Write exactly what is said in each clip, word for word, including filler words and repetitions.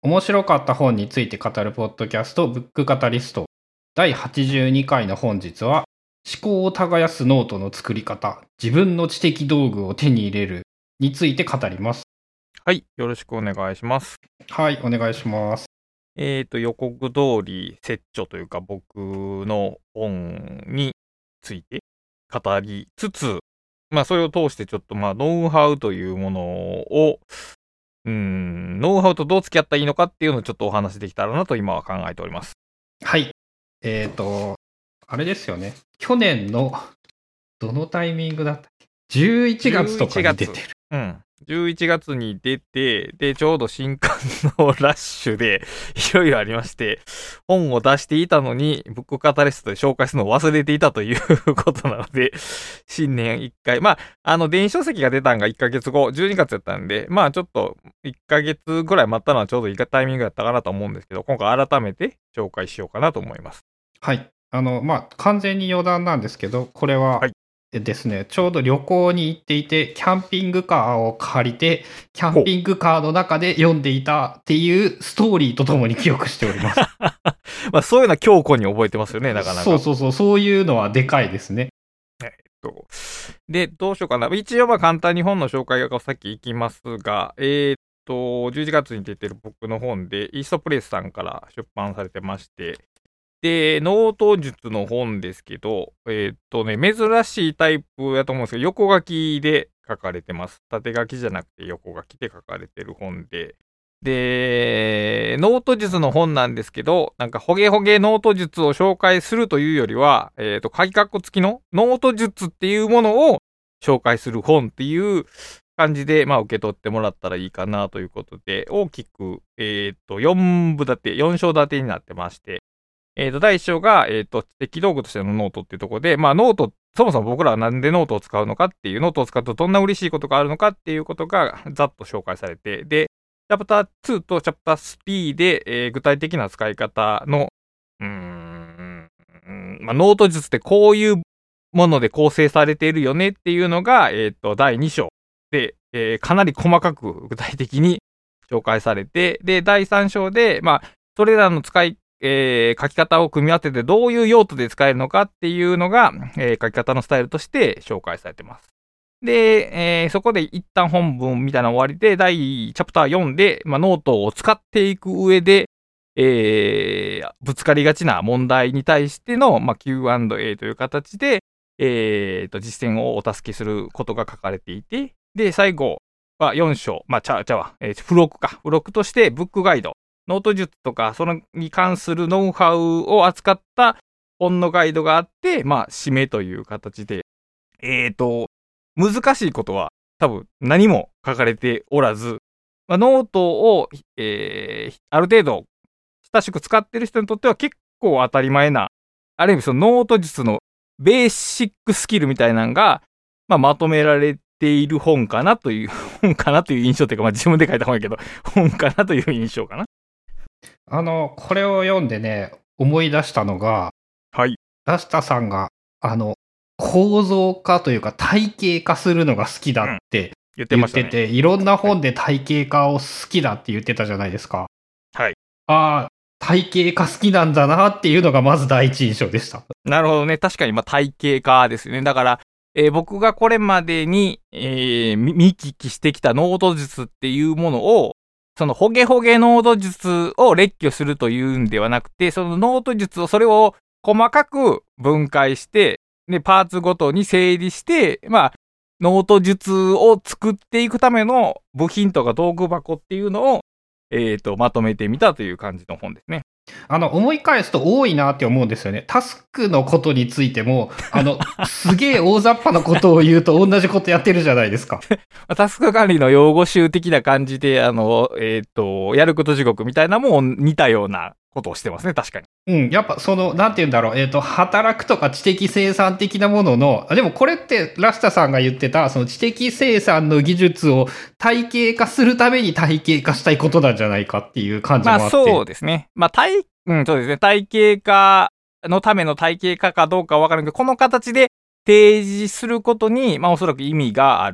面白かった本について語るポッドキャストブックカタリストだいはちじゅうにかいの本日は、思考を耕すノートの作り方、自分の知的道具を手に入れるについて語ります。 はい、よろしくお願いします。 はい、お願いします。 えっと、予告通り、折衷というか僕の本について語りつつ、まあそれを通してちょっとまあノウハウというものを、うーん、ノウハウとどう付き合ったらいいのかっていうのをちょっとお話できたらなと今は考えております。 はい。えっと、あれですよね。去年のどのタイミングだったっけ ?じゅういちがつとかに出てる。 うん。じゅういちがつに出て、で、ちょうど新刊のラッシュでいろいろありまして、本を出していたのに、ブックカタリストで紹介するのを忘れていたということなので、新年いっかい、まあ、あの、電子書籍が出たんがいっかげつご、じゅうにがつやったんで、まあ、ちょっといっかげつぐらい待ったのはちょうどいいタイミングだったかなと思うんですけど、今回改めて紹介しようかなと思います。 はい。あの、まあ、完全に余談なんですけど、これは、 はいですね、ちょうど旅行に行っていて、キャンピングカーを借りて、キャンピングカーの中で読んでいたっていうストーリーとともに記憶しております。 まあ、そういうのは強固に覚えてますよね、なかなか。 そうそうそう、そういうのはでかいですね。 えっと、で、どうしようかな。一応、まあ、簡単に本の紹介がさっきいきますが、えー、っと、じゅういちがつに出てる僕の本で、イーストプレスさんから出版されてまして、で、ノート術の本ですけど、えー、っとね、珍しいタイプやと思うんですけど、横書きで書かれてます。縦書きじゃなくて横書きで書かれてる本で、で、ノート術の本なんですけど、なんかホゲホゲノート術を紹介するというよりは、えっと、鍵括弧付きのノート術っていうものを紹介する本っていう感じで、まあ、受け取ってもらったらいいかなということで、大きく、えっと、よんぶ立て、よん章立てになってまして、えっと、だいいっ章が、えっと、知的道具としてのノートっていうところで、まあ、ノート、そもそも僕らはなんでノートを使うのかっていう、ノートを使うとどんな嬉しいことがあるのかっていうことがざっと紹介されて、で、チャプターツーとチャプタースリーで、えー、具体的な使い方の、うーん、まあ、ノート術ってこういうもので構成されているよねっていうのが、えっと、だいに章で、えー、かなり細かく具体的に紹介されて、で、だいさん章で、まあ、それらの使い、えー、書き方を組み合わせてどういう用途で使えるのかっていうのが、えー、書き方のスタイルとして紹介されてます。で、えー、そこで一旦本文みたいな終わりで、第チャプターよんで、まあ、ノートを使っていく上で、えー、ぶつかりがちな問題に対しての、まあ、キューアンドエー という形で、えー、と実践をお助けすることが書かれていて、で、最後はよん章、まあ、ちゃうちゃうわ、えー、付録か。付録としてブックガイド。ノート術とか、それに関するノウハウを扱った本のガイドがあって、まあ、締めという形で、えーと、難しいことは多分何も書かれておらず、まあ、ノートを、えー、ある程度親しく使ってる人にとっては結構当たり前な、ある意味そのノート術のベーシックスキルみたいなのが、まあ、まとめられている本かなという、本かなという印象というか、まあ、自分で書いた本やけど、本かなという印象かな。 あの、これを読んでね、思い出したのが、 はい。 ラスタさんが、あの、構造化というか体系化するのが好きだって言って言ましたね。 ってて、いろんな本で体系化を好きだって言ってたじゃないですか。 はい。 ああ、体系化好きなんだなっていうのがまず第一印象でした。 なるほどね。確かに、まあ、体系化ですね。だから、えー僕がこれまでに、えー見見聞きしてきたノート術っていうものを、そのホゲホゲノート術を列挙するというんではなくて、そのノート術をそれを細かく分解して、で、パーツごとに整理して、まあ、ノート術を作っていくための部品とか道具箱っていうのを、えっと、まとめてみたという感じの本ですね。 あの、思い返すと多いなって思うんですよね。タスクのことについても、あの、すげえ大雑把なことを言うと同じことやってるじゃないですか。 タスク管理の用語集的な感じで、あの、えっと、やること地獄みたいなもん似たようなことをしてますね、確かに。 うん、やっぱその、なんて言うんだろう、えっと、働くとか知的生産的なものの、あでもこれってラスタさんが言ってた、その知的生産の技術を体系化するために体系化したいことなんじゃないかっていう感じもあって。 まあそうですね。まあ体、うん、そうですね。体系化のための体系化かどうかわからんけど、この形で提示することに、まあおそらく意味がある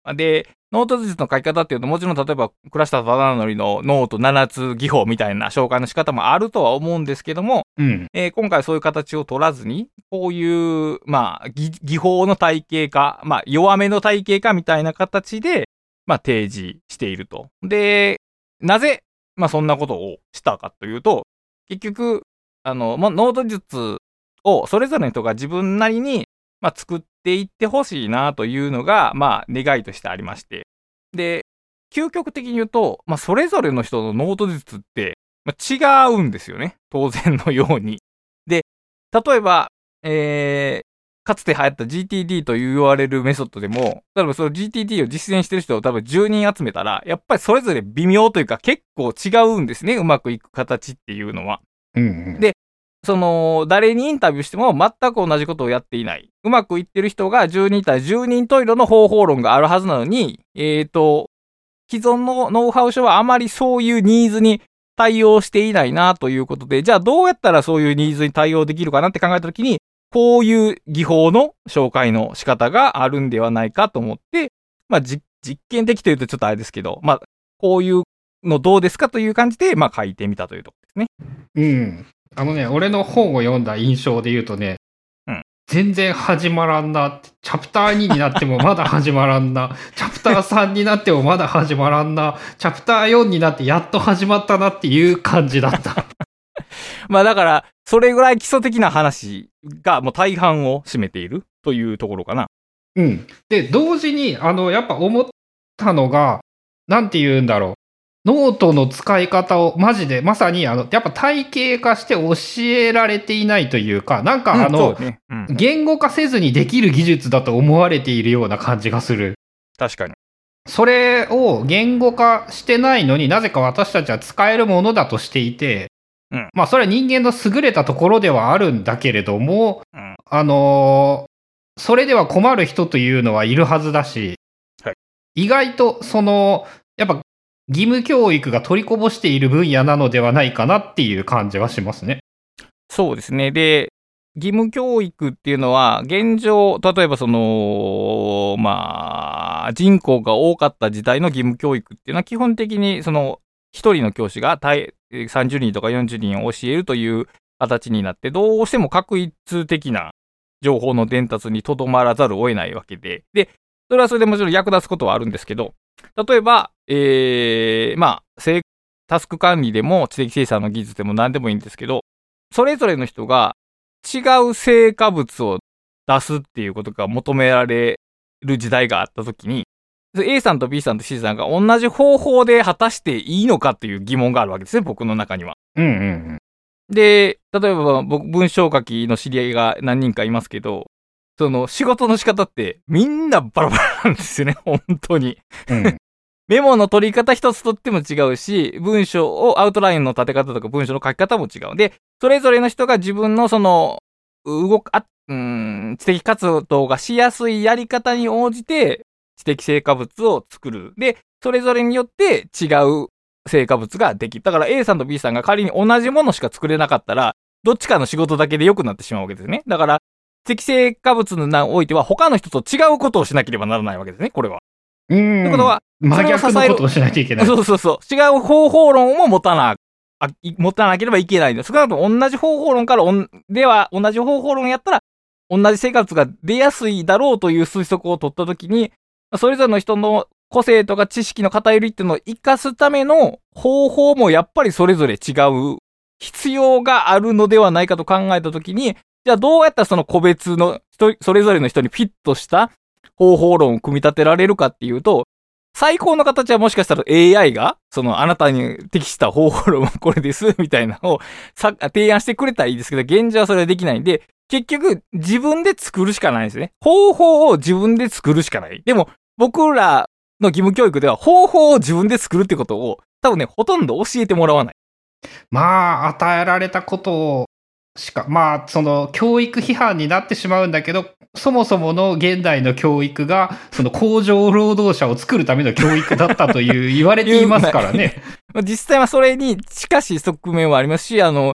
で、ノート術の書き方っていうと、もちろん例えば、倉下忠則のノートななつ技法みたいな紹介の仕方もあるとは思うんですけども、 うん。 えー今回そういう形を取らずに、こういう、まあ、技技法の体系化、まあ、弱めの体系化みたいな形で、まあ、提示していると。で、なぜ、まあ、そんなことをしたかというと、結局、あの、まあ、ノート術をそれぞれの人が自分なりに、まあ、作っていってほしいなというのが、まあ、願いとしてありまして。で、究極的に言うと、まあ、それぞれの人のノート術って、まあ、違うんですよね。当然のように。で、例えば、えー、かつて流行った ジーティーディー と言われるメソッドでも、例えばその ジーティーディー を実践してる人を多分じゅうにん集めたら、やっぱりそれぞれ微妙というか結構違うんですね。うまくいく形っていうのは。 うんうん。 で、その、誰にインタビューしても全く同じことをやっていない。うまくいってる人がじゅうにん対じゅうにんトイレの方法論があるはずなのに、えっと、既存のノウハウ書はあまりそういうニーズに対応していないなということで、じゃあどうやったらそういうニーズに対応できるかなって考えたときに、こういう技法の紹介の仕方があるんではないかと思って、まあ、じ実験的というとちょっとあれですけど、まあ、こういうのどうですかという感じで、まあ、書いてみたというところですね。 うん。あのね、俺の本を読んだ印象で言うとね、 うん、 全然始まらんなって。チャプターにになってもまだ始まらんな。チャプターさんになってもまだ始まらんな。チャプターよんになってやっと始まったなっていう感じだった。 まあだから、それぐらい基礎的な話がもう大半を占めているというところかな。 うん。で、同時に、あの、やっぱ思ったのが、なんて言うんだろう。ノートの使い方をマジで、まさに、あの、やっぱ体系化して教えられていないというか、なんかあの、 うんそうねうん、 言語化せずにできる技術だと思われているような感じがする。 確かに。 それを言語化してないのになぜか私たちは使えるものだとしていて、 うん、 まあそれは人間の優れたところではあるんだけれども、 うん、 あのーそれでは困る人というのはいるはずだし、 はい、 意外とその、やっぱ義務教育が取りこぼしている分野なのではないかなっていう感じはしますね。 そうですね。で、義務教育っていうのは、現状、例えばその、まあ、人口が多かった時代の義務教育っていうのは、基本的にその、一人の教師がさんじゅうにんとかよんじゅうにんを教えるという形になって、どうしても確一的な情報の伝達にとどまらざるを得ないわけで、で、それはそれでもちろん役立つことはあるんですけど、例えば、えー、まあ、タスク管理でも知的生産の技術でも何でもいいんですけど、それぞれの人が違う成果物を出すっていうことが求められる時代があったときに、A さんと B さんと C さんが同じ方法で果たしていいのかっていう疑問があるわけですね、僕の中には。 うんうんうん。 で、例えば僕、文章書きの知り合いが何人かいますけど、その仕事の仕方ってみんなバラバラなんですよね、本当に。 うんメモの取り方一つとっても違うし、文章をアウトラインの立て方とか文章の書き方も違う。で、それぞれの人が自分のその、動く、あ、うーん、知的活動がしやすいやり方に応じて、知的成果物を作る。で、それぞれによって違う成果物ができる。だから A さんと B さんが仮に同じものしか作れなかったら、どっちかの仕事だけで良くなってしまうわけですね。だから、知的成果物においては他の人と違うことをしなければならないわけですね、これは。 うん。 ということは、 真逆のことをしなきゃいけない。 そうそうそう。違う方法論も持たな、あ持たなければいけないんです。少なくとも同じ方法論からおん、では、同じ方法論やったら、同じ生活が出やすいだろうという推測を取ったときに、それぞれの人の個性とか知識の偏りっていうのを活かすための方法もやっぱりそれぞれ違う必要があるのではないかと考えたときに、じゃあどうやったらその個別の人、それぞれの人にフィットした方法論を組み立てられるかっていうと、最高の形はもしかしたら エーアイ が、そのあなたに適した方法論はこれです、みたいなのをさ提案してくれたらいいですけど、現状はそれはできないんで、結局自分で作るしかないんですね。方法を自分で作るしかない。でも僕らの義務教育では方法を自分で作るってことを多分ね、ほとんど教えてもらわない。 まあ、与えられたことをしか、まあ、その教育批判になってしまうんだけど、そもそもの現代の教育が、その工場労働者を作るための教育だったという言われていますからね。 実際はそれに近しい側面はありますし、あの、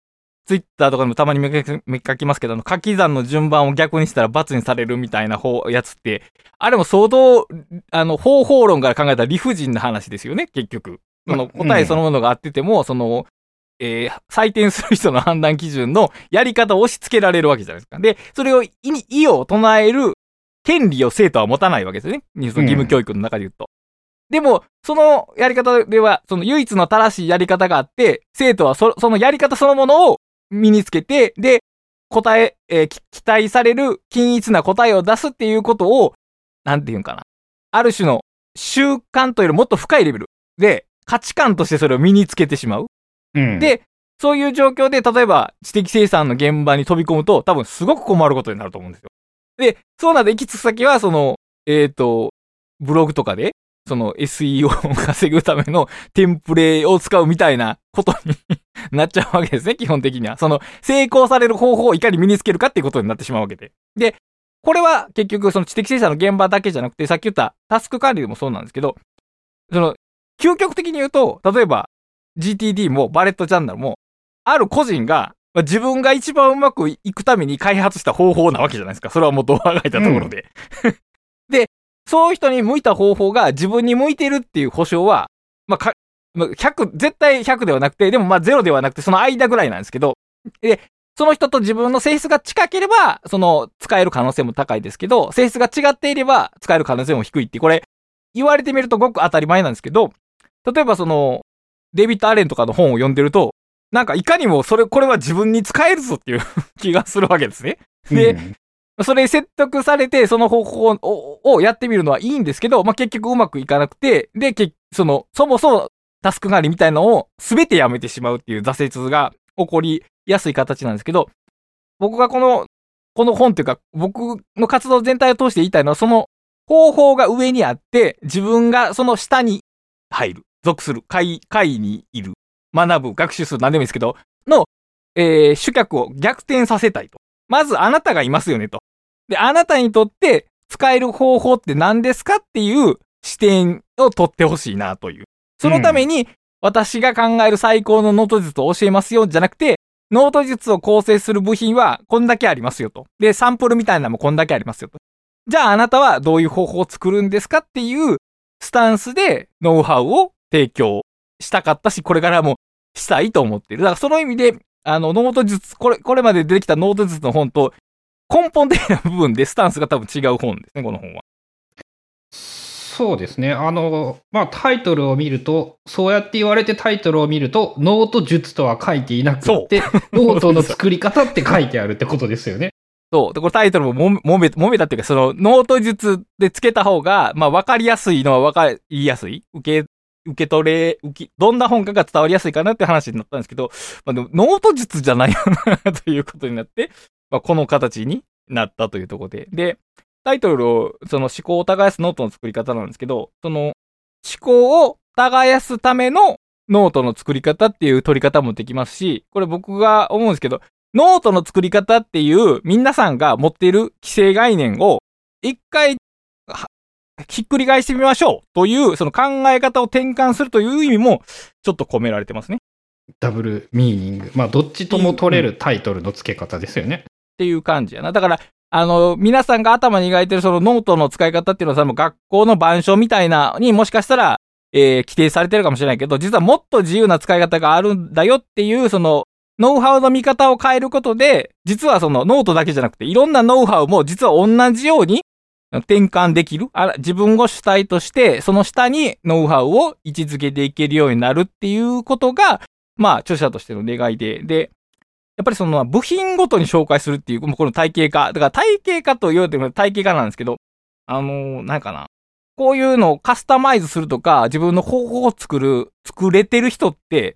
ツイッターとかでもたまに見かけ見かけますけど、あの、掛け算の順番を逆にしたら罰にされるみたいな方、やつって、あれも相当、あの、方法論から考えたら理不尽な話ですよね、結局。その答えそのものがあってても、うん、その、えー、採点する人の判断基準のやり方を押し付けられるわけじゃないですか。で、それを意、意を唱える権利を生徒は持たないわけですよね。その義務教育の中で言うと。うん、でも、そのやり方では、その唯一の正しいやり方があって、生徒はそ、そのやり方そのものを身につけて、で、答え、えー、期待される均一な答えを出すっていうことを、なんていうんかな。ある種の習慣というよりもっと深いレベルで、価値観としてそれを身につけてしまう。うん、で、そういう状況で、例えば知的生産の現場に飛び込むと、多分すごく困ることになると思うんですよ。で、そうなると行き着く先は、その、えっと、ブログとかで、その エスイーオー を稼ぐためのテンプレを使うみたいなことになっちゃうわけですね、基本的には。その、成功される方法をいかに身につけるかっていうことになってしまうわけで。で、これは結局その知的生産の現場だけじゃなくて、さっき言ったタスク管理でもそうなんですけど、その、究極的に言うと、例えば ジーティーディー もバレットジャーナルも、ある個人が自分が一番うまくいくために開発した方法なわけじゃないですか。それはもう動画がいたところで。うん、で、そういう人に向いた方法が自分に向いてるっていう保証は、まあ、か、ひゃく、絶対ひゃくではなくて、でもまあゼロではなくてその間ぐらいなんですけど、で、その人と自分の性質が近ければ、その使える可能性も高いですけど、性質が違っていれば使える可能性も低いって、これ言われてみるとごく当たり前なんですけど、例えばその、デビッド・アレンとかの本を読んでると、なんかいかにもそれ、これは自分に使えるぞっていう気がするわけですね。で、うん、それに説得されて、その方法を、をやってみるのはいいんですけど、まあ、結局うまくいかなくて、で、けその、そもそもタスク管理みたいなのを全てやめてしまうっていう挫折が起こりやすい形なんですけど、僕がこの、この本というか、僕の活動全体を通して言いたいのは、その方法が上にあって、自分がその下に入る、属する、会、会にいる。学ぶ、学習する、何でもいいですけど、の、えー、主客を逆転させたいと。まずあなたがいますよねと。で、あなたにとって使える方法って何ですかっていう視点を取ってほしいなという。そのために、私が考える最高のノート術を教えますよ、じゃなくて、ノート術を構成する部品はこんだけありますよと。で、サンプルみたいなのもこんだけありますよと。じゃああなたはどういう方法を作るんですかっていうスタンスでノウハウを提供したかったし、これからもしたいと思っている。だからその意味で、あの、ノート術、これ、これまで出てきたノート術の本と根本的な部分でスタンスが多分違う本ですね、この本は。 そうですね。あの、まあ、タイトルを見ると、そうやって言われてタイトルを見ると、ノート術とは書いていなくて、ノートの作り方って書いてあるってことですよね。 そう。で、これタイトルももめ、もめ、もめたっていうか、その、ノート術でつけた方が、まあ、わかりやすいのはわかりやすい。受け、受け取れ、受け、どんな本かが伝わりやすいかなって話になったんですけど、まあ、でもノート術じゃないよなということになって、まあ、この形になったというところで。で、タイトルを、その思考を耕すノートの作り方なんですけど、その思考を耕すためのノートの作り方っていう取り方もできますし、これ僕が思うんですけど、ノートの作り方っていう皆さんが持っている既成概念を一回ひっくり返してみましょうというその考え方を転換するという意味もちょっと込められてますね。 ダブルミーニング。まあどっちとも取れるタイトルの付け方ですよね。 っていう感じやな。だからあの、皆さんが頭に描いてるそのノートの使い方っていうのはさ、学校の板書みたいなにもしかしたら、えー、規定されてるかもしれないけど、実はもっと自由な使い方があるんだよっていう、その、ノウハウの見方を変えることで、実はそのノートだけじゃなくて、いろんなノウハウも実は同じように転換できる。あら、自分を主体として、その下にノウハウを位置づけていけるようになるっていうことが、まあ、著者としての願いで、で、やっぱりその部品ごとに紹介するっていう、この体系化。だから体系化と言われても体系化なんですけど、あのー、なんかな。こういうのをカスタマイズするとか、自分の方法を作る、作れてる人って、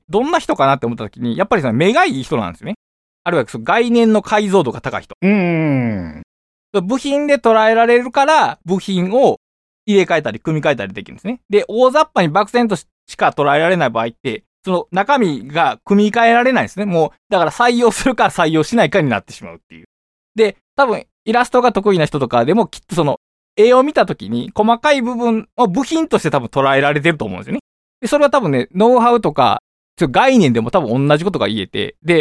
どんな人かなって思った時に、やっぱりその目がいい人なんですよね。あるいはその概念の解像度が高い人。 うーん。 部品で捉えられるから、部品を入れ替えたり組み替えたりできるんですね。で、大雑把に漠然としか捉えられない場合って、その中身が組み替えられないんですね。もう、だから採用するか採用しないかになってしまうっていう。で、多分、イラストが得意な人とかでもきっとその、絵を見たときに、細かい部分を部品として多分捉えられてると思うんですよね。で、それは多分ね、ノウハウとか、概念でも多分同じことが言えて、で、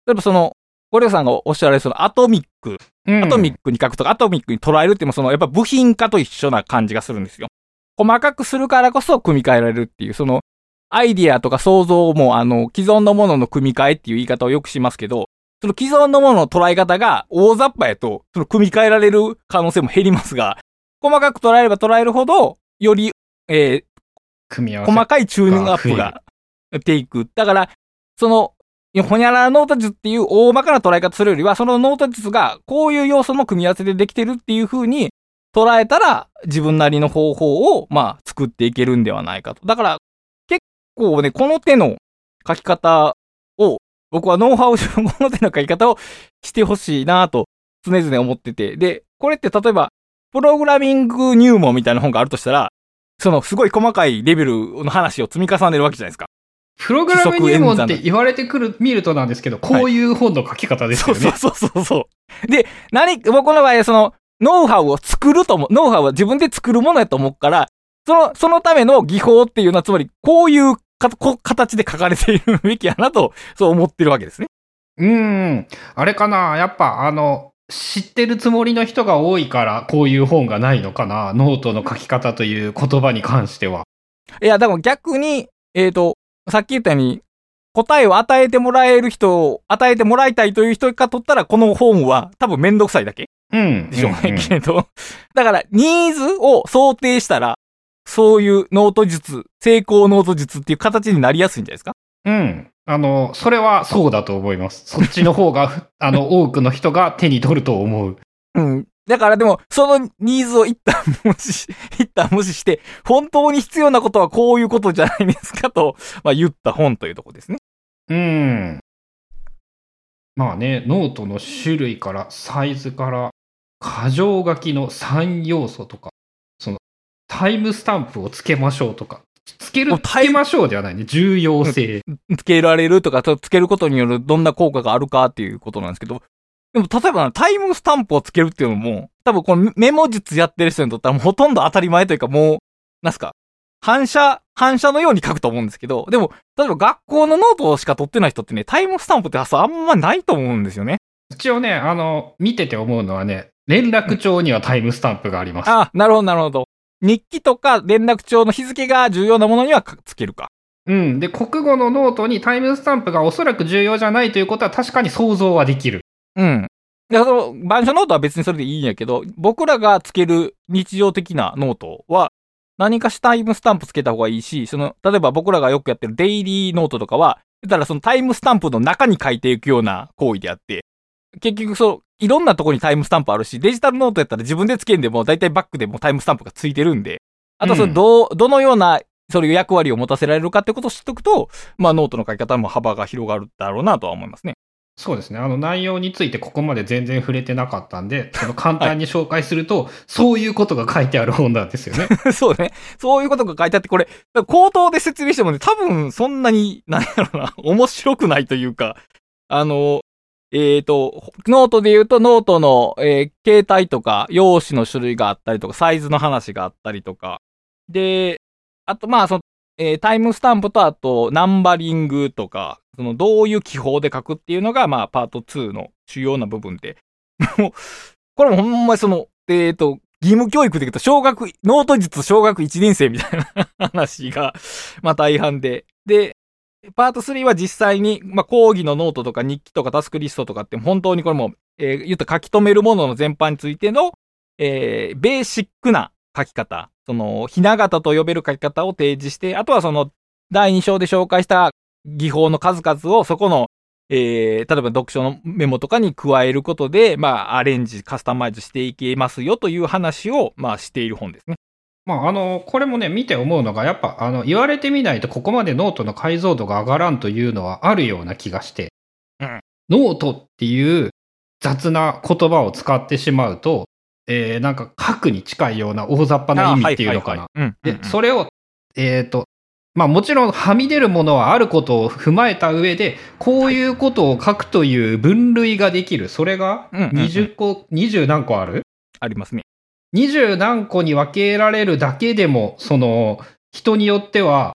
例えばその、ゴレゴさんがおっしゃられるそのアトミック、うん、アトミックに書くとか、アトミックに捉えるっていうのも、その、やっぱ部品化と一緒な感じがするんですよ。細かくするからこそ組み替えられるっていう、その、アイディアとか想像も、あの、既存のものの組み替えっていう言い方をよくしますけど、その既存のものの捉え方が大雑把やと、その組み替えられる可能性も減りますが、細かく捉えれば捉えるほど、より、えー、 組み合わせ細かいチューニングアップがしていく。だから、その、ほにゃららノート術っていう大まかな捉え方するよりは、そのノート術がこういう要素の組み合わせでできてるっていう風に捉えたら、自分なりの方法を、まあ、作っていけるんではないかと。だから、結構ね、この手の書き方を、僕はノウハウ上この手の書き方をしてほしいなと常々思ってて。で、これって例えば、プログラミング入門みたいな本があるとしたら、そのすごい細かいレベルの話を積み重ねるわけじゃないですか。 プログラム入門って言われてくる、見るとなんですけど、こういう本の書き方ですよね。 はい、そうそうそうそう。で、何、僕の場合、その、ノウハウを作るとも、ノウハウは自分で作るものやと思うから、その、そのための技法っていうのは、つまり、こういうかこ形で書かれているべきやなと、そう思ってるわけですね。 うーん。あれかな、やっぱ、あの、知ってるつもりの人が多いから、こういう本がないのかな、ノートの書き方という言葉に関しては。 いや、だから逆に、えっと、さっき言ったように、答えを与えてもらえる人を、与えてもらいたいという人が取ったら、この本は多分めんどくさいだけ。 うん。 でしょうね、けど。だから、ニーズを想定したら、そういうノート術、成功ノート術っていう形になりやすいんじゃないですか？ うん。あの、それはそうだと思います。そっちの方が、あの、多くの人が手に取ると思う。 うん。だからでも、そのニーズを一旦無視し、一旦無視して、本当に必要なことはこういうことじゃないですかと、まあ言った本というところですね。 うん。まあね、ノートの種類から、サイズから、箇条書きのさん要素とか、その、タイムスタンプをつけましょうとか、つける、つけましょうではないね。重要性。 つけられるとか、つけることによるどんな効果があるかっていうことなんですけど、でも例えばタイムスタンプをつけるっていうのも、多分このメモ術やってる人にとったらもうほとんど当たり前というかもう、なんすか、反射、反射のように書くと思うんですけど、でも、例えば学校のノートしか取ってない人ってね、タイムスタンプって発想あんまないと思うんですよね。 一応ね、あの、見てて思うのはね、連絡帳にはタイムスタンプがあります。 あ、なるほど、なるほど。日記とか連絡帳の日付が重要なものにはつけるか。 うん。で、国語のノートにタイムスタンプがおそらく重要じゃないということは確かに想像はできる。 うん。で、その、板書ノートは別にそれでいいんやけど、僕らがつける日常的なノートは、何かしタイムスタンプつけた方がいいし、その、例えば僕らがよくやってるデイリーノートとかは、言ったらそのタイムスタンプの中に書いていくような行為であって、結局そう、いろんなとこにタイムスタンプあるし、デジタルノートやったら自分でつけんでも、だいたいバックでもタイムスタンプがついてるんで、あとその、どう、どのような、そういう役割を持たせられるかってことを知っとくと、まあノートの書き方も幅が広がるだろうなとは思いますね。 そうですね。あの内容についてここまで全然触れてなかったんで、その簡単に紹介すると、はい、そういうことが書いてある本なんですよね。 そうね。そういうことが書いてあって、これ、口頭で説明してもね、多分そんなに、なんやろな、面白くないというか、あの、えっと、ノートで言うとノートの、えー、携帯とか、用紙の種類があったりとか、サイズの話があったりとか、で、あとまあ、その、えー、タイムスタンプとあと、ナンバリングとか、その、どういう記法で書くっていうのが、まあ、パートツーの主要な部分で。もう、これもほんまにその、えっと、義務教育で言うと、小学、ノート術小学いちねん生みたいな話が、まあ大半で。で、パートスリーは実際に、まあ講義のノートとか日記とかタスクリストとかって本当にこれも、えー、言った書き留めるものの全般についての、えー、ベーシックな書き方、その、ひな形と呼べる書き方を提示して、あとはその、だいに章で紹介した技法の数々をそこの、えー、例えば読書のメモとかに加えることで、まあ、アレンジ、カスタマイズしていけますよという話を、まあ、している本ですね。 まあ、あの、これもね、見て思うのが、やっぱ、あの、言われてみないと、ここまでノートの解像度が上がらんというのはあるような気がして、うん、ノートっていう雑な言葉を使ってしまうと、えー、なんか、核に近いような大雑把な意味っていうのかな。で、それを、えっと、まあもちろんはみ出るものはあることを踏まえた上で、こういうことを書くという分類ができる。それがにじゅっこ、にじゅう何個ある？ ありますね。 にじゅう何個に分けられるだけでも、その、人によっては、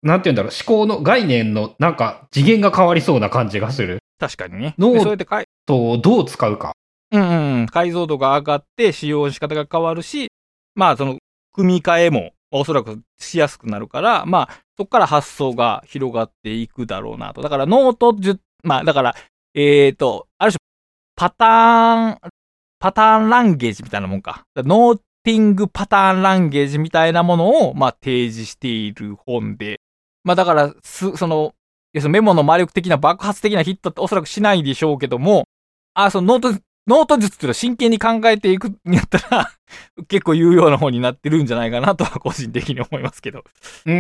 なんて言うんだろう、思考の概念のなんか次元が変わりそうな感じがする。 確かにね。 ノそうやってかいートをどう使うか。 うんうんうん。解像度が上がって使用の仕方が変わるし、まあその、組み替えもおそらくしやすくなるから、まあそこから発想が広がっていくだろうなと。だからノートじゅ、まあだから、えっと、ある種、パターン、パターンランゲージみたいなもんか。ノーティングパターンランゲージみたいなものを、まあ提示している本で、まあだから、す、その、要するにメモの魔力的な爆発的なヒットっておそらくしないでしょうけども、あ、そのノート、ノート術っていうのを真剣に考えていくんやったら、結構有用な本になってるんじゃないかなとは個人的に思いますけど。 うん。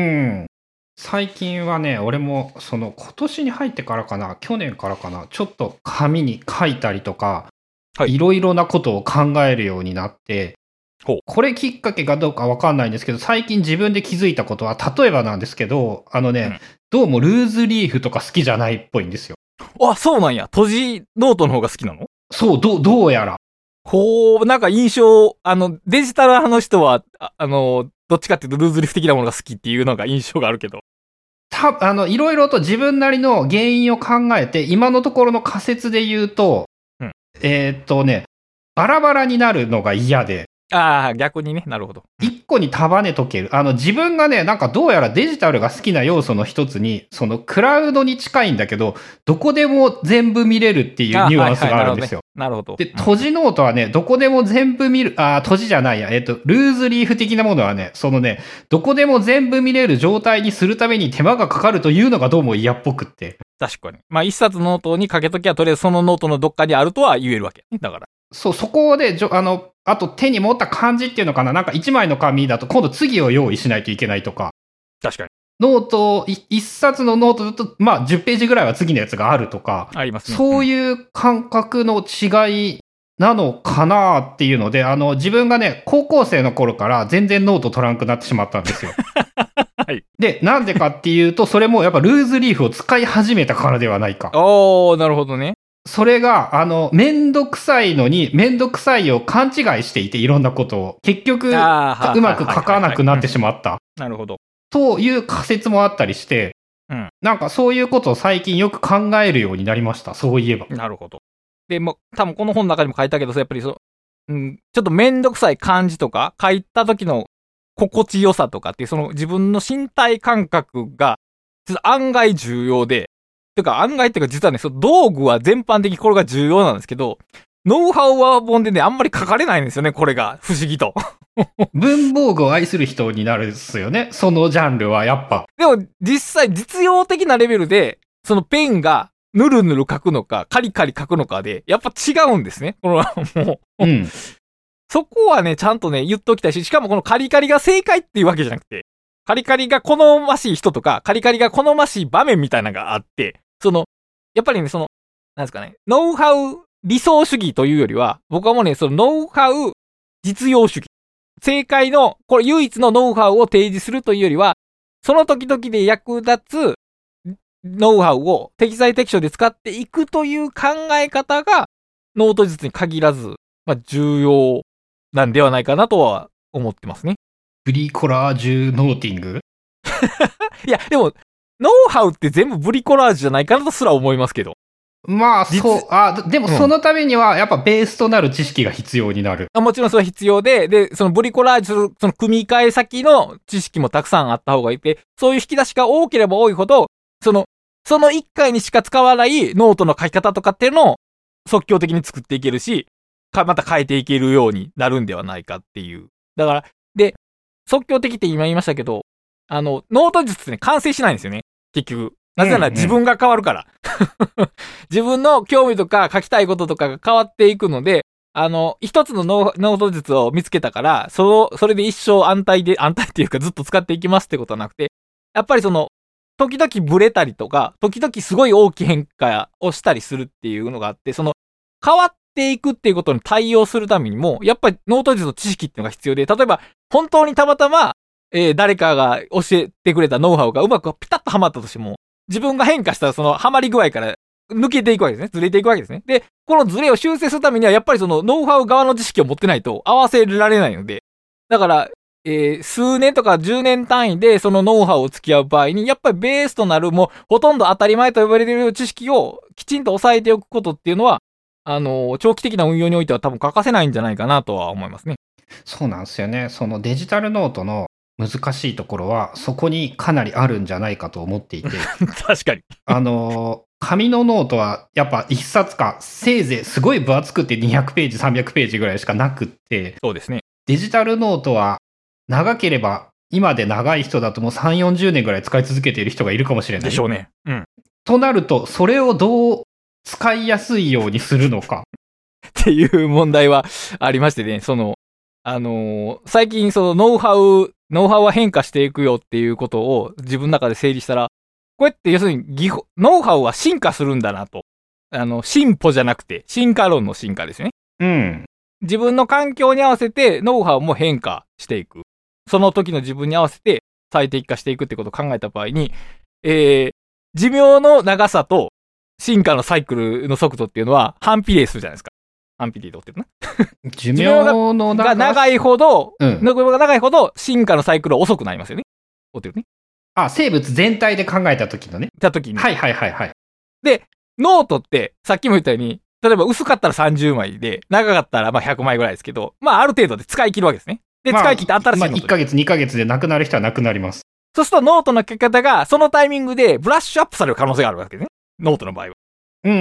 最近はね、俺もその今年に入ってからかな、去年からかな、ちょっと紙に書いたりとか、はい、いろいろなことを考えるようになって、これきっかけかどうかわかんないんですけど、最近自分で気づいたことは、例えばなんですけど、あのね、うん、どうもルーズリーフとか好きじゃないっぽいんですよ。 あ、そうなんや。閉じノートの方が好きなの？ そう、どう、どうやら。 ほう、なんか印象、あの、デジタル派の人は、あ、あの、どっちかっていうとルーズリーフ的なものが好きっていうのが印象があるけど。 た、あの、いろいろと自分なりの原因を考えて、今のところの仮説で言うと、うん、えー、っとね、バラバラになるのが嫌で。 ああ、逆にね。なるほど。 一個に束ねとける。あの、自分がね、なんかどうやらデジタルが好きな要素の一つに、そのクラウドに近いんだけど、どこでも全部見れるっていうニュアンスがあるんですよ。 なるほど。 で、閉じノートはね、どこでも全部見る、あ、閉じじゃないや、えっと、ルーズリーフ的なものはね、そのね、どこでも全部見れる状態にするために手間がかかるというのがどうも嫌っぽくって。 確かに。まあ、一冊ノートにかけときは、とりあえずそのノートのどっかにあるとは言えるわけ。だから。 そう、そこで、あの、あと手に持った感じっていうのかな、なんか一枚の紙だと今度次を用意しないといけないとか。 確かに。 ノート、一冊のノートだと、まあじゅっページぐらいは次のやつがあるとか。 ありますね。 そういう感覚の違いなのかなっていうので、あの、自分がね、高校生の頃から全然ノート取らなくなってしまったんですよ。はい。で、なんでかっていうと、それもやっぱルーズリーフを使い始めたからではないか。 おー、なるほどね。 それが、あの、めんどくさいのに、めんどくさいを勘違いしていて、いろんなことを。結局、うまく書かなくなってしまった。 なるほど。 という仮説もあったりして、うん、なんかそういうことを最近よく考えるようになりました。そういえば。 なるほど。で、も多分この本の中にも書いたけど、やっぱりそう、うん、ちょっとめんどくさい感じとか、書いた時の心地よさとかっていう、その自分の身体感覚が、ちょっと案外重要で、てか案外っていうか実はね、その道具は全般的にこれが重要なんですけど、ノウハウは本でね、あんまり書かれないんですよね、これが。不思議と。 文房具を愛する人になるんですよね、そのジャンルはやっぱ。 でも実際実用的なレベルで、そのペンがぬるぬる書くのか、カリカリ書くのかで、やっぱ違うんですね。このもう、うん、そこはね、ちゃんとね、言っときたいし、しかもこのカリカリが正解っていうわけじゃなくて、カリカリが好ましい人とか、カリカリが好ましい場面みたいなのがあって、その、やっぱりね、その、なんですかね、ノウハウ理想主義というよりは、僕はもうね、そのノウハウ実用主義。正解の、これ唯一のノウハウを提示するというよりは、その時々で役立つノウハウを適材適所で使っていくという考え方が、ノート術に限らず、まあ、重要なんではないかなとは思ってますね。 ブリコラージュノーティングいや、でも、ノウハウって全部ブリコラージュじゃないかなとすら思いますけど。 まあ、そう、あ、でもそのためには、やっぱベースとなる知識が必要になる。 あ、もちろんそれは必要で、で、そのブリコラージュする、その組み替え先の知識もたくさんあった方がいいて、そういう引き出しが多ければ多いほど、その、その一回にしか使わないノートの書き方とかっていうのを即興的に作っていけるし、か、また変えていけるようになるんではないかっていう。だから、で、即興的って今言いましたけど、あの、ノート術ってね、完成しないんですよね。結局。なぜなら自分が変わるから。うんうん、自分の興味とか書きたいこととかが変わっていくので、あの、一つのノート術を見つけたから、その、それで一生安泰で、安泰っていうかずっと使っていきますってことはなくて、やっぱりその、時々ブレたりとか、時々すごい大きい変化をしたりするっていうのがあって、その、変わっていくっていうことに対応するためにも、やっぱりノート術の知識っていうのが必要で、例えば、本当にたまたま、えー、誰かが教えてくれたノウハウがうまくピタッとはまったとしても、自分が変化したそのハマり具合から抜けていくわけですね。ずれていくわけですね。で、このずれを修正するためには、やっぱりそのノウハウ側の知識を持ってないと合わせられないので、だから、 えー、数年とかじゅうねん単位でそのノウハウを付き合う場合に、やっぱりベースとなるもうほとんど当たり前と呼ばれている知識をきちんと抑えておくことっていうのは、あのー、長期的な運用においては多分欠かせないんじゃないかなとは思いますね。 そうなんですよね。そのデジタルノートの難しいところは、そこにかなりあるんじゃないかと思っていて。 確かに。 あのー、紙のノートはやっぱ一冊か、せいぜいすごい分厚くてにひゃくページ、さんびゃくページぐらいしかなくって、 そうですね。 デジタルノートは長ければ、今で長い人だともうさんじゅう、よんじゅうねんぐらい使い続けている人がいるかもしれない。 でしょうね。うん。 となると、それをどう使いやすいようにするのか。 っていう問題はありましてね、その、あのー、最近そのノウハウ、ノウハウは変化していくよっていうことを自分の中で整理したら、こうやって要するに技法、ノウハウは進化するんだなと。あの、進歩じゃなくて、進化論の進化ですよね。 うん。 自分の環境に合わせてノウハウも変化していく。その時の自分に合わせて最適化していくってことを考えた場合に、えー、寿命の長さと進化のサイクルの速度っていうのは反比例するじゃないですか。反比例でってるな。 寿命の長が長いほど、 うん、 寿命が長いほど進化のサイクルは遅くなりますよね。ってるね。 あ、生物全体で考えた時のね。 た時に。 はいはいはいはい。 で、ノートってさっきも言ったように、例えば薄かったらさんじゅうまいで、長かったらまあひゃくまいぐらいですけど、まあある程度で使い切るわけですね。で、使い切って新しいノート、まあ、 いっかげつ、にかげつでなくなる人はなくなります。 そうするとノートの書き方がそのタイミングでブラッシュアップされる可能性があるわけですね。ノートの場合は。 うん。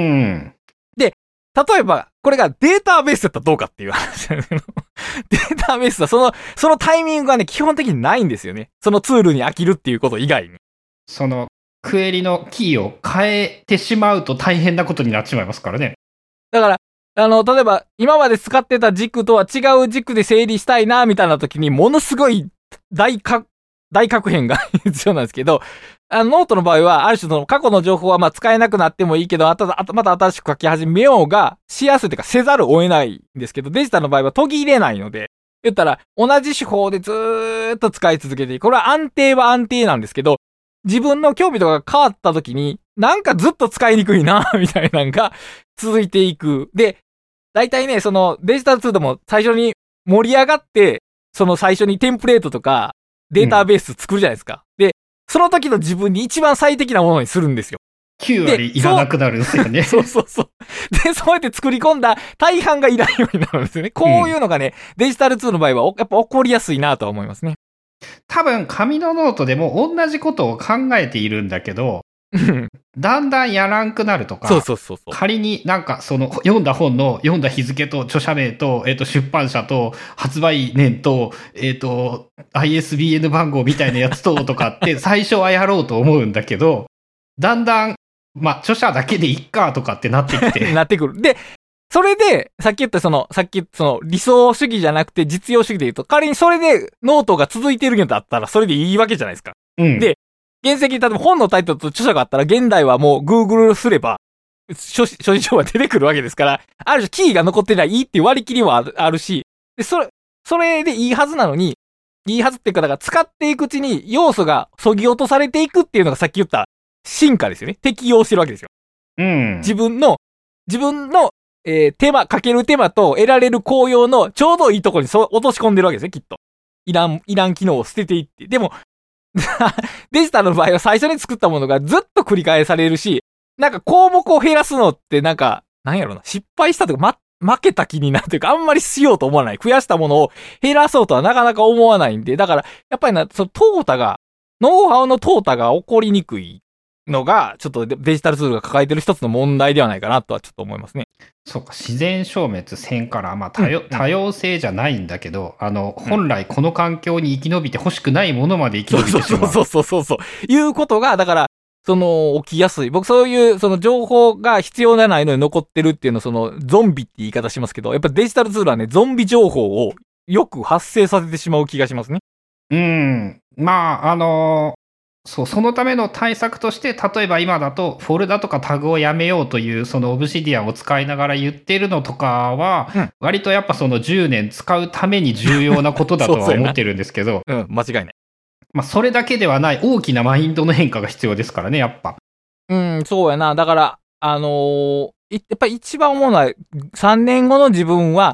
で、例えば、これがデータベースだったらどうかっていう話なんですけど、データベースはその、そのタイミングがね、基本的にないんですよね。そのツールに飽きるっていうこと以外に。 その、クエリのキーを変えてしまうと大変なことになってしまいますからね。 だから、あの、例えば、今まで使ってた軸とは違う軸で整理したいな、みたいな時に、ものすごい大か、大確変が必要なんですけど、あの、ノートの場合は、ある種の過去の情報はまあ使えなくなってもいいけど、あた、あた、また新しく書き始めようが、しやすいというか、せざるを得ないんですけど、デジタルの場合は途切れないので、言ったら、同じ手法でずーっと使い続けていく。これは安定は安定なんですけど、自分の興味とかが変わった時に、なんかずっと使いにくいな、みたいなのが続いていく。で、大体ね、そのデジタルツールでも最初に盛り上がって、その最初にテンプレートとかデータベース作るじゃないですか。うん、で、その時の自分に一番最適なものにするんですよ。 きゅうわりいらなくなるんですよね。 そうそうそう。で、そうやって作り込んだ大半がいらんようになるんですよね。こういうのがね、うん、デジタルツールの場合はやっぱ起こりやすいなとは思いますね。 多分、紙のノートでも同じことを考えているんだけど、だんだんやらんくなるとか、 そうそうそうそう。 仮になんかその読んだ本の読んだ日付と著者名と、えっと、出版社と発売年と、えっと、アイエスビーエヌ 番号みたいなやつととかって最初はやろうと思うんだけど、だんだん、まあ、著者だけでいっかとかってなってきて。 なってくる。で、それで、さっき言ったその、さっき言ったその理想主義じゃなくて実用主義で言うと、仮にそれでノートが続いてるんだったらそれでいいわけじゃないですか。 うん。 で、原石、例えば本のタイトルと著者があったら、現代はもう Google すれば、書士、書士情報が出てくるわけですから、ある種キーが残ってりゃいいっていう割り切りはあるし、で、それ、それでいいはずなのに、いいはずっていうか、だから使っていくうちに要素が削ぎ落とされていくっていうのがさっき言った進化ですよね。適用してるわけですよ。 うん。 自分の、自分の、えー、手間、かける手間と得られる効用のちょうどいいところにそう落とし込んでるわけですね、きっと。いらん、いらん機能を捨てていって。でも、デジタルの場合は最初に作ったものがずっと繰り返されるし、なんか項目を減らすのってなんか、なんやろな、失敗したとか、ま、負けた気になるというか、あんまりしようと思わない。増やしたものを減らそうとはなかなか思わないんで、だから、やっぱりな、その淘汰が、ノウハウの淘汰が起こりにくいのが、ちょっとデジタルツールが抱えてる一つの問題ではないかなとはちょっと思いますね。 そうか、自然消滅せんから、まあ多様、うん、多様性じゃないんだけど、あの、本来この環境に生き延びて欲しくないものまで生き延びてしまう。 そうそうそうそうそう。いうことが、だから、その、起きやすい。僕そういう、その情報が必要じゃないのに残ってるっていうのを、その、ゾンビって言い方しますけど、やっぱデジタルツールはね、ゾンビ情報をよく発生させてしまう気がしますね。 うん。まあ、あのー、そう、そのための対策として、例えば今だと、フォルダとかタグをやめようという、そのオブシディアンを使いながら言ってるのとかは、うん、割とやっぱそのじゅうねん使うために重要なことだとは思ってるんですけど、 うん、間違いない。 まあ、それだけではない大きなマインドの変化が必要ですからね、やっぱ。 うん、そうやな。だから、あのー、やっぱり一番思うのは、さんねんごの自分は、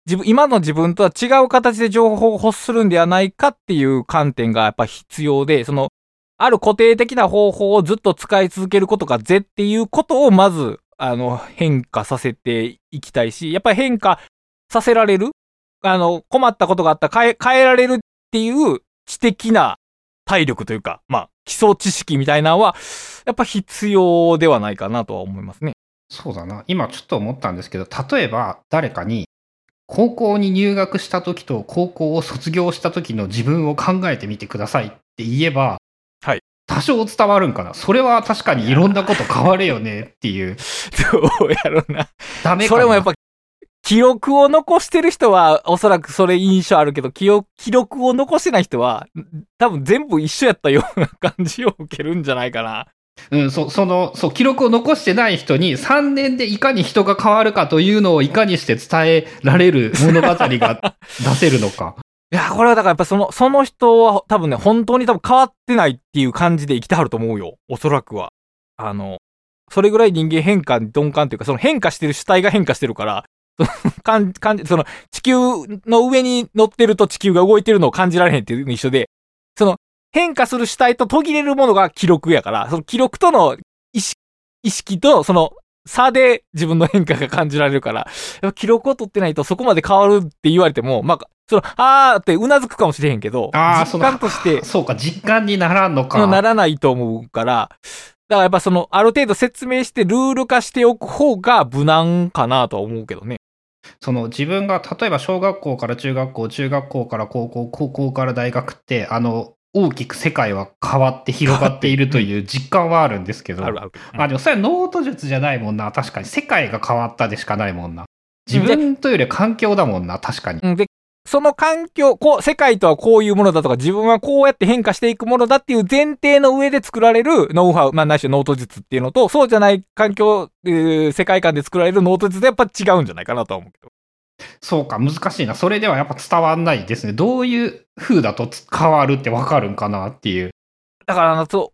自分、今の自分とは違う形で情報を欲するんではないかっていう観点がやっぱ必要で、その、ある固定的な方法をずっと使い続けることが是っていうことをまず、あの、変化させていきたいし、やっぱり変化させられる、あの、困ったことがあったら変え、変えられるっていう知的な体力というか、まあ、基礎知識みたいなのは、やっぱ必要ではないかなとは思いますね。 そうだな。今ちょっと思ったんですけど、例えば誰かに、高校に入学した時と高校を卒業した時の自分を考えてみてくださいって言えば、 はい。 多少伝わるんかな。それは確かにいろんなこと変わるよねっていう。 どうやろうな。 ダメかな。 それもやっぱ、記録を残してる人は、おそらくそれ印象あるけど、記憶、記録を残してない人は、多分全部一緒やったような感じを受けるんじゃないかな。 うん、そ、その、そう、記録を残してない人にさんねんでいかに人が変わるかというのをいかにして伝えられる物語が出せるのか。 いや、これはだからやっぱその、その人は多分ね、本当に多分変わってないっていう感じで生きてはると思うよ。おそらくは。あの、それぐらい人間変化に鈍感っていうか、その変化してる主体が変化してるから、その、感じ、感じ、その、地球の上に乗ってると地球が動いてるのを感じられへんっていうの一緒で、その、変化する主体と途切れるものが記録やから、その記録との意識、意識とその差で自分の変化が感じられるから、やっぱ記録を取ってないとそこまで変わるって言われても、まあ、その、あーってうなずくかもしれへんけど、実感として、 そうか、実感にならんのか。 ならないと思うから、だからやっぱその、ある程度説明してルール化しておく方が無難かなとは思うけどね。 その自分が例えば小学校から中学校、中学校から高校、高校から大学って、あの、大きく世界は変わって広がっているという実感はあるんですけど。 あるある。 まあでもそれはノート術じゃないもんな。確かに。世界が変わったでしかないもんな。自分というよりは環境だもんな。確かに。 で、その環境、こう、世界とはこういうものだとか、自分はこうやって変化していくものだっていう前提の上で作られるノウハウ、まあ、ないしはノート術っていうのと、そうじゃない環境、えー、世界観で作られるノート術でやっぱ違うんじゃないかなとは思うけど。 そうか、難しいな。それではやっぱ伝わんないですね。どういう風だと変わるってわかるんかなっていう。 だから、そう、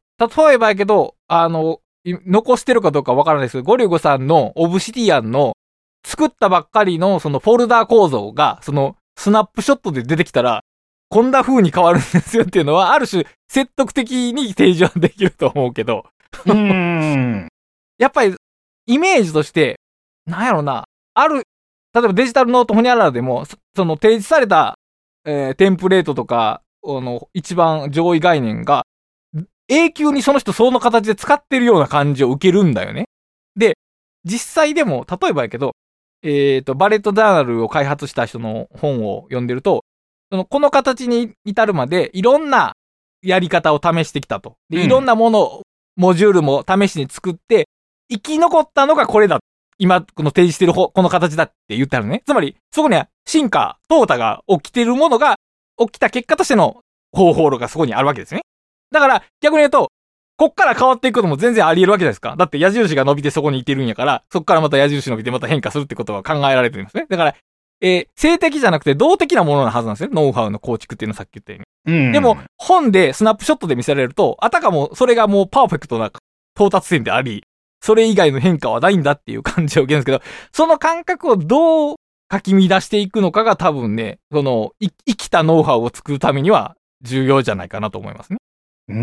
例えばやけど、あの、残してるかどうかわからないですけど、ゴリュゴさんのオブシディアンの作ったばっかりのそのフォルダー構造が、そのスナップショットで出てきたら、こんな風に変わるんですよっていうのは、ある種説得的に提示はできると思うけど。 うーん。 やっぱり、イメージとして、なんやろな、ある、例えばデジタルノートホニャララでも、その提示された、えー、テンプレートとか、あの、一番上位概念が、永久にその人その形で使ってるような感じを受けるんだよね。で、実際でも、例えばやけど、えっと、バレットジャーナルを開発した人の本を読んでると、その、この形に至るまで、いろんなやり方を試してきたと。で、いろんなもの、モジュールも試しに作って、生き残ったのがこれだ。今、この提示してるこの形だって言ってあるね。つまり、そこには進化、淘汰が起きてるものが、起きた結果としての方法論がそこにあるわけですね。だから、逆に言うと、こっから変わっていくことも全然あり得るわけじゃないですか。だって矢印が伸びてそこにいてるんやから、そっからまた矢印伸びてまた変化するってことは考えられてるんですね。だから、えー、性的じゃなくて動的なもののはずなんですね。ノウハウの構築っていうのはさっき言ったように。うん、でも、本でスナップショットで見せられると、あたかもそれがもうパーフェクトな到達点であり、それ以外の変化はないんだっていう感じを受けるんですけど、その感覚をどうかき乱していくのかが多分ね、その、生きたノウハウを作るためには重要じゃないかなと思いますね。 うん、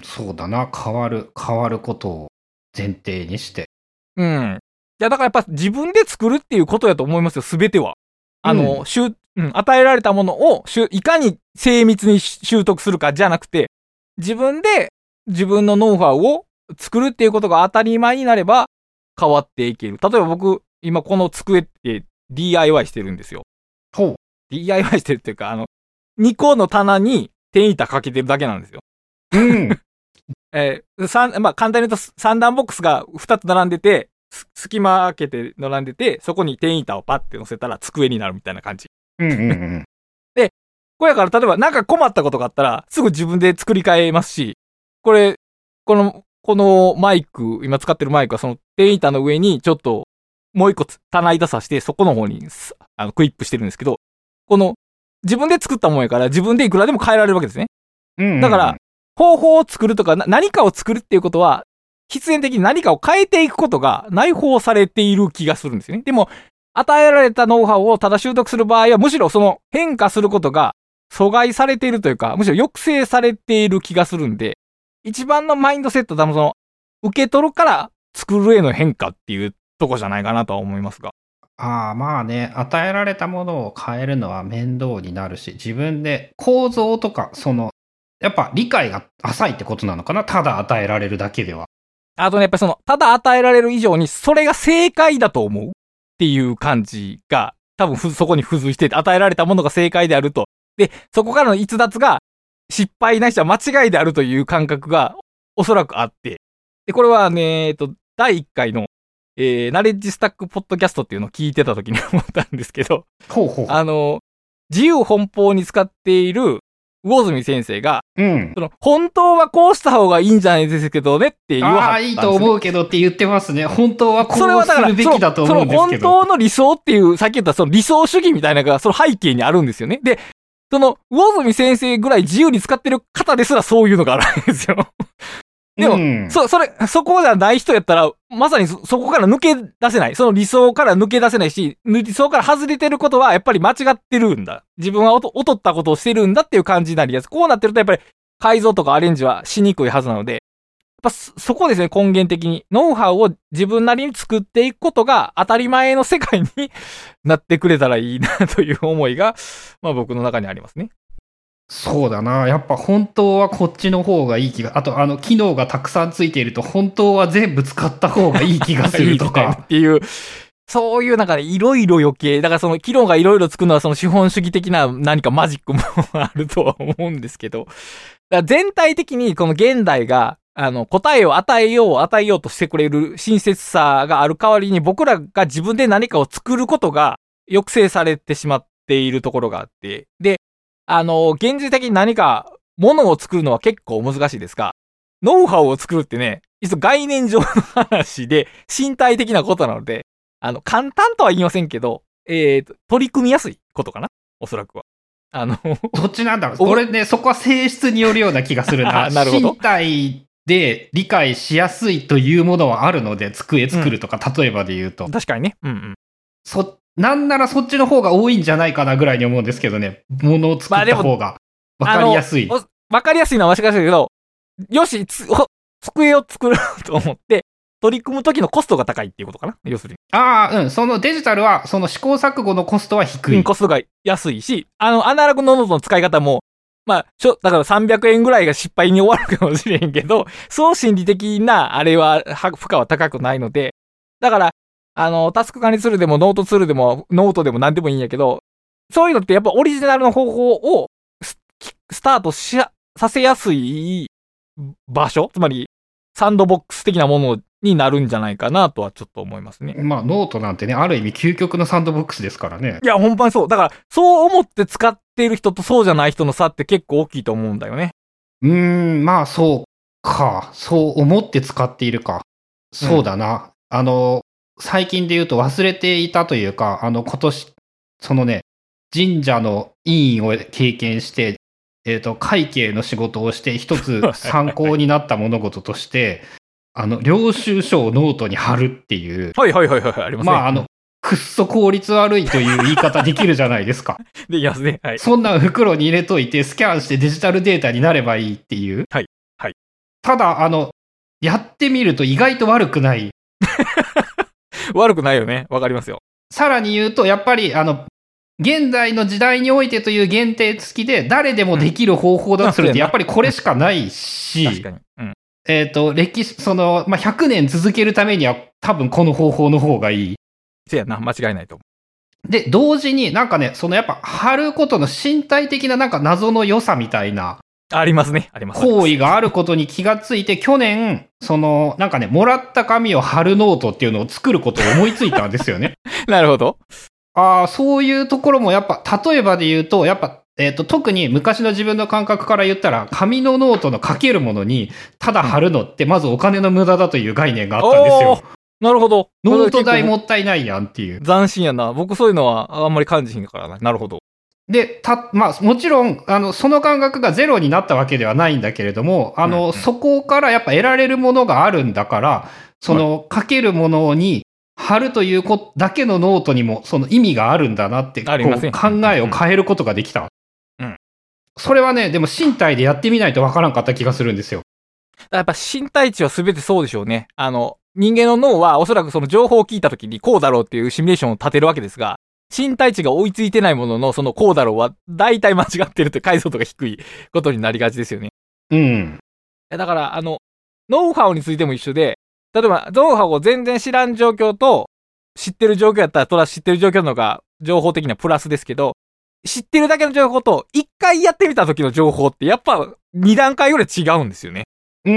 そうだな。変わる、変わることを前提にして。 うん。いや、だからやっぱ自分で作るっていうことやと思いますよ、すべては。あの、うん、しゅ、うん、与えられたものを、いかに精密に習得するかじゃなくて、自分で自分のノウハウを作るっていうことが当たり前になれば変わっていける。例えば僕、今この机って ディーアイワイ してるんですよ。 ほう。 ディーアイワイ してるっていうか、あの、にこの棚に天板かけてるだけなんですよ。 うん。 えー、三、まあ、簡単に言うと三段ボックスがふたつ並んでて、隙間開けて並んでて、そこに天板をパッて乗せたら机になるみたいな感じ。 うんうんうん。 で、これやから例えばなんか困ったことがあったら、すぐ自分で作り変えますし、これ、この、このマイク、今使ってるマイクはその天板の上にちょっともう一個棚板さして、そこの方にあのクリップしてるんですけど、この自分で作ったもんやから自分でいくらでも変えられるわけですね。 うんうんうん、 だから、方法を作るとか何かを作るっていうことは、必然的に何かを変えていくことが内包されている気がするんですよね。でも、 与えられたノウハウをただ習得する場合は、むしろその変化することが阻害されているというか、むしろ抑制されている気がするんで、一番のマインドセットは多分その、受け取るから作るへの変化っていうとこじゃないかなとは思いますが。 ああ、まあね、与えられたものを変えるのは面倒になるし、自分で構造とか、その、やっぱ理解が浅いってことなのかな、ただ与えられるだけでは。 あとね、やっぱりその、ただ与えられる以上に、それが正解だと思うっていう感じが、多分そこに付随してて、与えられたものが正解であると。で、そこからの逸脱が、失敗ないしは間違いであるという感覚が、おそらくあって。で、これはね、えっと、だいいっかいの、えー、ナレッジスタックポッドキャストっていうのを聞いてた時に思ったんですけど、 ほうほう。 あの、自由奔放に使っている魚住先生が、 うん。 その、本当はこうした方がいいんじゃないですけどねって言わはったんです、ね。 ああ、いいと思うけどって言ってますね。本当はこうするべきだと思うんですけど。 その本当の理想っていう、さっき言ったその理想主義みたいなのがその背景にあるんですよね。で、その、魚住先生ぐらい自由に使ってる方ですらそういうのがあるんですよ。でも、うん、そ、それ、そこじゃない人やったら、まさに そ, そこから抜け出せない。その理想から抜け出せないし、理想から外れてることはやっぱり間違ってるんだ。自分は劣ったことをしてるんだっていう感じになりやすい。こうなってるとやっぱり改造とかアレンジはしにくいはずなので、やっぱそこですね、根源的に。ノウハウを自分なりに作っていくことが当たり前の世界になってくれたらいいなという思いが、まあ僕の中にありますね。 そうだな。やっぱ本当はこっちの方がいい気が。あと、あの、機能がたくさんついていると、本当は全部使った方がいい気がするとか。 いいっていう、そういうなんかね、いろいろ余計。だからその機能がいろいろつくのはその資本主義的な何かマジックもあるとは思うんですけど。だから全体的にこの現代が、あの、答えを与えよう、与えようとしてくれる親切さがある代わりに、僕らが自分で何かを作ることが抑制されてしまっているところがあって。で、あの、現実的に何か、ものを作るのは結構難しいですが、ノウハウを作るってね、実は概念上の話で、身体的なことなので、あの、簡単とは言いませんけど、えー、取り組みやすいことかな、おそらくは。あの、 どっちなんだろう。俺ね、そこは性質によるような気がするな。 なるほど。 身体で理解しやすいというものはあるので、机作るとか、うん、例えばで言うと。 確かにね。うんうん。 そ、なんならそっちの方が多いんじゃないかなぐらいに思うんですけどね。ものを作った方が分かりやすい。 まあ、分かりやすいのは間違いないけど、よし、つ、机を作ろうと思って、取り組む時のコストが高いっていうことかな、要するに。 ああ、うん。そのデジタルは、その試行錯誤のコストは低い。 うん、コストが安いし、あの、アナログのノートの使い方も、まあ、ちょ、だからさんびゃくえんぐらいが失敗に終わるかもしれへんけど、そう心理的な、あれは、負荷は高くないので、だから、あの、タスク管理ツールでもノートツールでもノートでも何でもいいんやけど、そういうのってやっぱオリジナルの方法をス、スタートし、させやすい場所、つまりサンドボックス的なものになるんじゃないかなとはちょっと思いますね。 まあノートなんてね、ある意味究極のサンドボックスですからね。 いや、ほんまにそう。だから、そう思って使っている人とそうじゃない人の差って結構大きいと思うんだよね。 うーん、まあそうか。そう思って使っているか。そうだな。うん、あの、最近で言うと忘れていたというか、あの、今年、そのね、神社の委員を経験して、えっと、会計の仕事をして、一つ参考になった物事として、あの、領収書をノートに貼るっていう。 はいはいはいはい、ありますね。 まあ、あの、くっそ効率悪いという言い方できるじゃないですか。 できますね。はい。 そんな袋に入れといて、スキャンしてデジタルデータになればいいっていう。 はい。はい。 ただ、あの、やってみると意外と悪くない。 悪くないよね。わかりますよ。 さらに言うと、やっぱり、あの、現代の時代においてという限定付きで、誰でもできる方法だとすると、やっぱりこれしかないし、 確かに。うん。 えっと、歴史、その、まあ、ひゃくねん続けるためには、多分この方法の方がいい。 せやな、間違いないと思う。で、同時になんかね、そのやっぱ貼ることの身体的ななんか謎の良さみたいな。 ありますね。あります。 行為があることに気がついて、去年、その、なんかね、もらった紙を貼るノートっていうのを作ることを思いついたんですよね。 なるほど。 ああ、そういうところもやっぱ、例えばで言うと、やっぱ、えっと、特に昔の自分の感覚から言ったら、紙のノートの書けるものに、ただ貼るのって、まずお金の無駄だという概念があったんですよ。 なるほど。 ノート代もったいないやんっていう。 斬新やな。僕そういうのはあんまり感じひんからな。なるほど。 で、た、まあ、もちろん、あの、その感覚がゼロになったわけではないんだけれども、あの、うんうん、そこからやっぱ得られるものがあるんだから、その、書けるものに、 貼るというこだけのノートにもその意味があるんだなって、こう考えを変えることができた。 うん。 それはね、でも身体でやってみないとわからんかった気がするんですよ。 やっぱ身体値は全てそうでしょうね。あの、人間の脳はおそらくその情報を聞いた時にこうだろうっていうシミュレーションを立てるわけですが、身体値が追いついてないもののそのこうだろうは大体間違ってるって解像度が低いことになりがちですよね。 うん。 だから、あの、ノウハウについても一緒で、例えば、ノウハウを全然知らん状況と、知ってる状況やったら、それは知ってる状況の方が、情報的にはプラスですけど、知ってるだけの情報と、一回やってみた時の情報って、やっぱ、二段階ぐらい違うんですよね。 うん。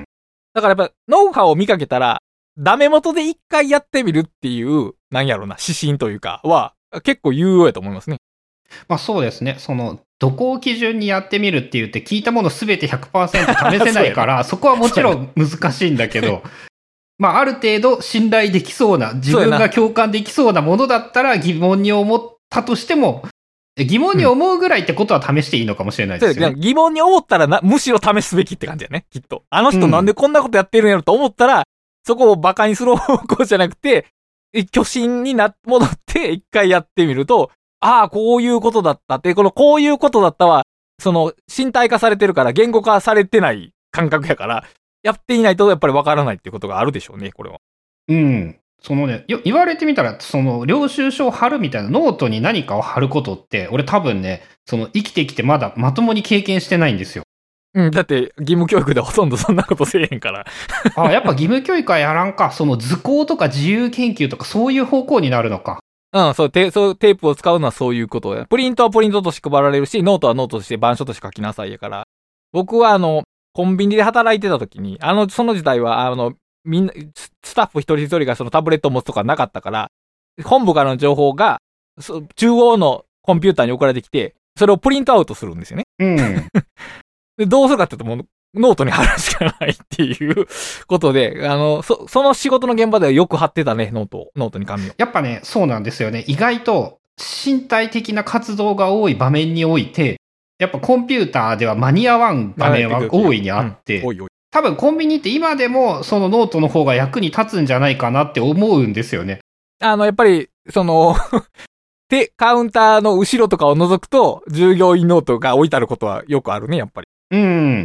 だからやっぱ、ノウハウを見かけたら、ダメ元で一回やってみるっていう、なんやろうな、指針というか、は、結構有用やと思いますね。 まあそうですね。その、どこを基準にやってみるって言って、聞いたものすべて ひゃくパーセント 試せないから、そ, そこはもちろん難しいんだけど、まあある程度信頼できそうな、自分が共感できそうなものだったら疑問に思ったとしても、疑問に思うぐらいってことは試していいのかもしれないですよね。 うん、疑問に思ったらな、むしろ試すべきって感じだね、きっと。あの人なんでこんなことやってるんやろと思ったら、うん、そこをバカにする方向じゃなくて、虚心にな、戻って一回やってみると、ああ、こういうことだったって、このこういうことだったは、その身体化されてるから言語化されてない感覚やから、やっていないとやっぱりわからないっていうことがあるでしょうね、これは。 うん。そのね、言われてみたら、その領収書を貼るみたいな、ノートに何かを貼ることって、俺多分ね、その生きてきてまだまともに経験してないんですよ。 うん、だって義務教育でほとんどそんなことせえへんから。 あ、やっぱ義務教育はやらんか。その図工とか自由研究とかそういう方向になるのか。 うん、そうテ、そう、テープを使うのはそういうことや。プリントはプリントとして配られるし、ノートはノートとして板書として書きなさいやから。僕はあの、コンビニで働いてた時に、あの、その時代は、あの、みんな、スタッフ一人一人がそのタブレットを持つとかなかったから、本部からの情報が、中央のコンピューターに送られてきて、それをプリントアウトするんですよね。 うん。 で、どうするかって言うと、もう、ノートに貼るしかないっていうことで、あの、そ、その仕事の現場ではよく貼ってたね、ノート、ノートに紙を。 やっぱね、そうなんですよね。意外と身体的な活動が多い場面において、やっぱコンピューターでは間に合わん場面は大いにあって、多分コンビニって今でもそのノートの方が役に立つんじゃないかなって思うんですよね。 あの、やっぱり、その、で、カウンターの後ろとかを除くと、従業員ノートが置いてあることはよくあるね、やっぱり。 うん。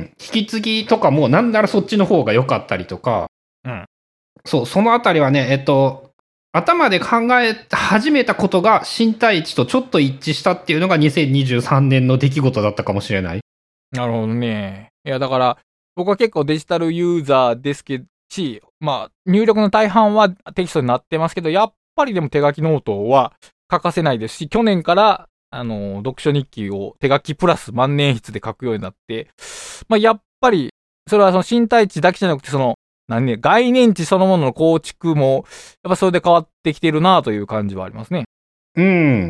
引き継ぎとかもなんならそっちの方が良かったりとか。 うん。 そう、そのあたりはね、えっと、頭で考え始めたことが身体値とちょっと一致したっていうのがにせんにじゅうさんねんの出来事だったかもしれない。 なるほどね。いや、だから、僕は結構デジタルユーザーですけど、し、まあ、入力の大半はテキストになってますけど、やっぱりでも手書きノートは欠かせないですし、去年から、あの、読書日記を手書きプラス万年筆で書くようになって、まあ、やっぱり、それはその身体値だけじゃなくて、その、何ね、概念値そのものの構築も、やっぱそれで変わってきてるなという感じはありますね。 うん。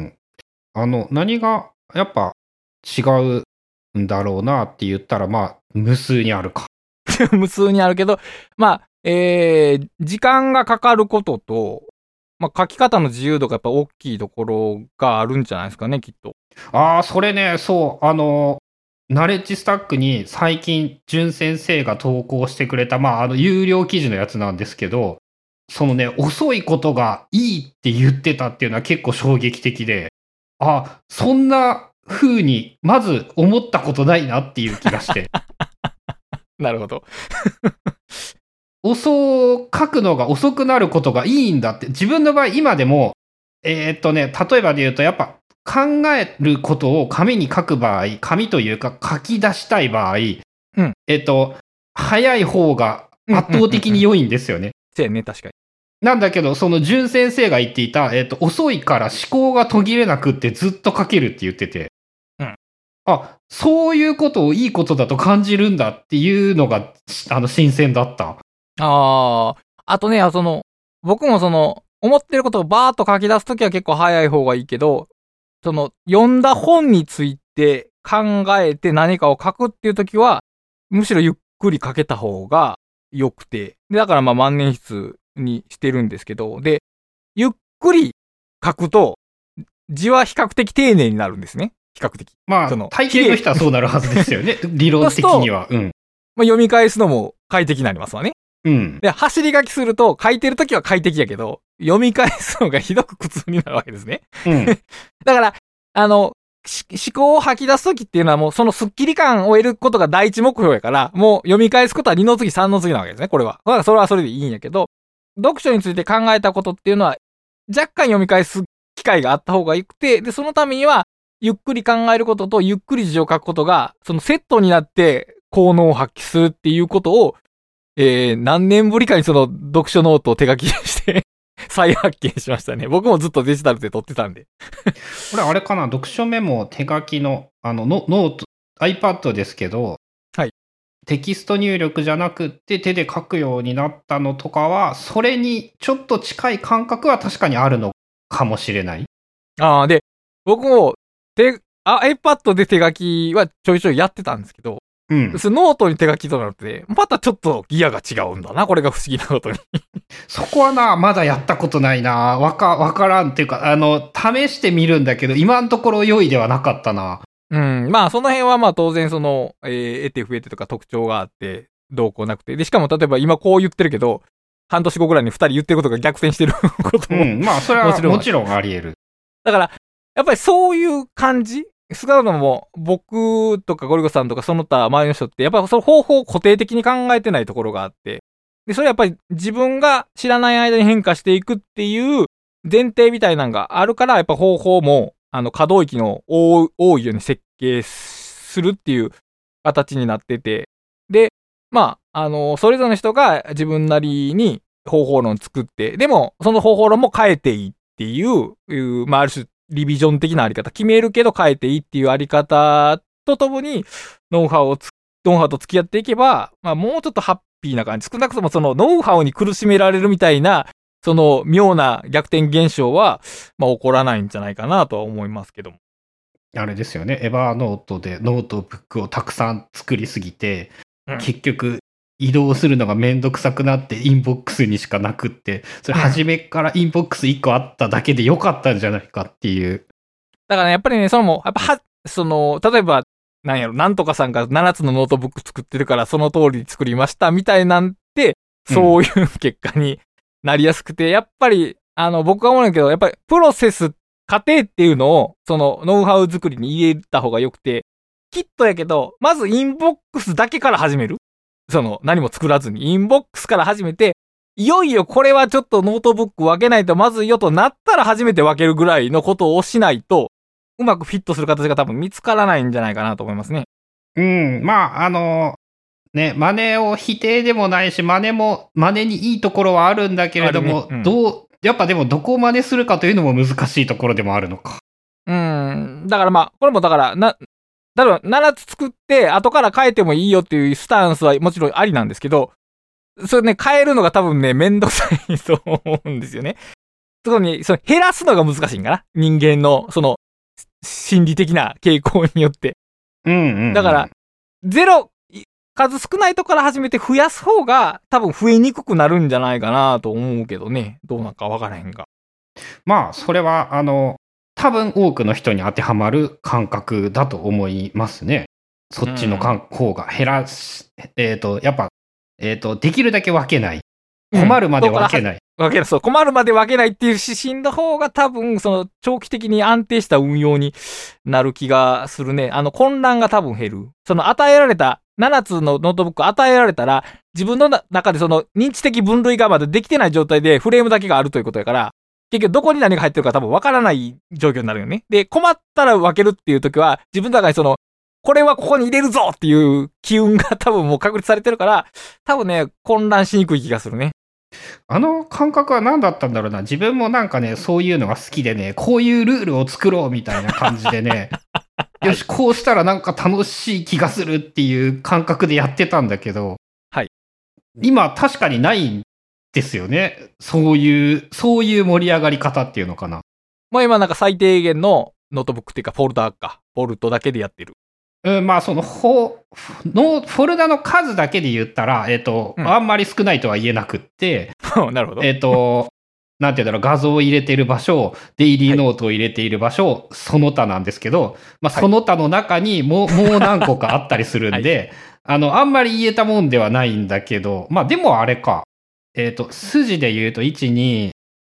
あの、何が、やっぱ違うんだろうなって言ったら、まあ、無数にあるか。 無数にあるけど、まあ、えー、時間がかかることと、まあ、書き方の自由度がやっぱ大きいところがあるんじゃないですかね、きっと。 ああ、それね、そう、あの、ナレッジスタックに最近、淳先生が投稿してくれた、まあ、あの、有料記事のやつなんですけど、そのね、遅いことがいいって言ってたっていうのは結構衝撃的で、あ、そんな風に、まず思ったことないなっていう気がして。 なるほど。 遅、書くのが遅くなることがいいんだって、自分の場合今でも、えー、っとね、例えばで言うと、やっぱ考えることを紙に書く場合、紙というか書き出したい場合、 うん、 えー、っと、早い方が圧倒的に良いんですよね。 そうやね、確かに。 なんだけど、その淳先生が言っていた、えー、っと、遅いから思考が途切れなくってずっと書けるって言ってて、 うん、 あ、そういうことをいいことだと感じるんだっていうのが、あの、新鮮だった。 ああ、あとね、その、僕もその、思ってることをバーっと書き出すときは結構早い方がいいけど、その、読んだ本について考えて何かを書くっていうときは、むしろゆっくり書けた方が良くて、で、だからまあ万年筆にしてるんですけど、で、ゆっくり書くと、字は比較的丁寧になるんですね。比較的。 まあ、 その大抵の人はそうなるはずですよね。理論的には。うん。 まあ、読み返すのも快適になりますわね。 うん。 で、走り書きすると書いてるときは快適やけど、 読み返すのがひどく苦痛になるわけですね。 うん。 だから、あの、思考を吐き出すときっていうのはもうそのスッキリ感を得ることが第一目標やから、もう読み返すことはにの次さんの次なわけですね、これは。だからそれはそれでいいんやけど、読書について考えたことっていうのは、若干読み返す機会があった方がよくて、で、そのためには、ゆっくり考えることとゆっくり字を書くことが、そのセットになって効能を発揮するっていうことを、えー、何年ぶりかにその読書ノートを手書きして再発見しましたね。僕もずっとデジタルで撮ってたんで。 これあれかな、読書メモ手書きの、あの、ノート、iPad ですけど、 はい。 テキスト入力じゃなくって手で書くようになったのとかは、それにちょっと近い感覚は確かにあるのかもしれない。 ああ、で、僕も、手、あ、iPad で手書きはちょいちょいやってたんですけど、 うん。 そのノートに手書きとなって、またちょっとギアが違うんだな、これが不思議なことに。 そこはな、まだやったことないな。わか、わからんっていうか、あの、試してみるんだけど、今のところ良いではなかったな。 うん、まあその辺はまあ当然その、えー、得て増えてとか特徴があって、どうこうなくて。で、しかも例えば今こう言ってるけど、半年後ぐらいに二人言ってることが逆転してることも、 うん、まあそれはもちろんあり得る。 だから、やっぱりそういう感じ少なくとも僕とかゴリゴさんとかその他周りの人ってやっぱりその方法を固定的に考えてないところがあって、で、それやっぱり自分が知らない間に変化していくっていう前提みたいなのがあるから、やっぱ方法もあの可動域の多いように設計するっていう形になってて、で、まあ、あの、それぞれの人が自分なりに方法論を作って、でもその方法論も変えていいっていう、まあ、ある種リビジョン的なあり方、決めるけど変えていいっていうあり方とともに、ノウハウをつ、ノウハウと付き合っていけば、まあもうちょっとハッピーな感じ。少なくともそのノウハウに苦しめられるみたいな、その妙な逆転現象は、まあ起こらないんじゃないかなとは思いますけども。 あれですよね。エバーノートでノートブックをたくさん作りすぎて、うん、結局移動するのがめんどくさくなってインボックスにしかなくって、それ初めからインボックスいっこあっただけでよかったんじゃないかっていう。 だからね、やっぱりね、そのもう、やっぱは、その、例えば、なんやろ、なんとかさんがななつのノートブック作ってるからその通りに作りましたみたいなんて、そういう結果になりやすくて、うん、やっぱり、あの、僕は思うんだけど、やっぱりプロセス、過程っていうのを、その、ノウハウ作りに入れた方がよくて、きっとやけど、まずインボックスだけから始める。その、何も作らずに、インボックスから始めて、いよいよこれはちょっとノートブック分けないとまずいよとなったら初めて分けるぐらいのことをしないと、うまくフィットする形が多分見つからないんじゃないかなと思いますね。 うん、まあ、あの、ね、真似を否定でもないし、真似も、真似にいいところはあるんだけれども、ね、うん、どう、やっぱでもどこを真似するかというのも難しいところでもあるのか。 うん、だからまあ、これもだから、な、例えばななつ作って後から変えてもいいよっていうスタンスはもちろんありなんですけど、それね、変えるのが多分ね、めんどくさいと思うんですよね。そこに、その減らすのが難しいんかな。人間の、その、心理的な傾向によって。 うんうん、うん。 だから、ゼロ、数少ないとこから始めて増やす方が多分増えにくくなるんじゃないかなと思うけどね。どうなんかわからへんが。 まあ、それは、あの、多分多くの人に当てはまる感覚だと思いますね。そっちの方が減らし、えっと、やっぱ、えっと、できるだけ分けない。困るまで分けない。 うん、分ける、そう、困るまで分けないっていう指針の方が多分、その、長期的に安定した運用になる気がするね。あの、混乱が多分減る。その、与えられた、ななつのノートブック与えられたら、自分の中でその、認知的分類がまだできてない状態でフレームだけがあるということやから、結局どこに何が入ってるか多分分からない状況になるよね。で、困ったら分けるっていう時は、自分の中にその、これはここに入れるぞっていう機運が多分もう確立されてるから、多分ね、混乱しにくい気がするね。 あの感覚は何だったんだろうな。自分もなんかね、そういうのが好きでね、こういうルールを作ろうみたいな感じでね、よし、こうしたらなんか楽しい気がするっていう感覚でやってたんだけど、 はい。 今確かにないんですよね。そういう、そういう盛り上がり方っていうのかな。 もう今なんか最低限のノートブックっていうかフォルダーか、フォルトだけでやってる。 うん、まあそのフォ、のフォルダの数だけで言ったら、えっと、うん、あんまり少ないとは言えなくって、 なるほど。 えっと、なんていうんだろう、画像を入れている場所、デイリーノートを入れている場所、はい、その他なんですけど、まあその他の中にもう、はい、もう何個かあったりするんで、はい、あの、あんまり言えたもんではないんだけど、まあでもあれか、えっと、筋で言うと、いち、に、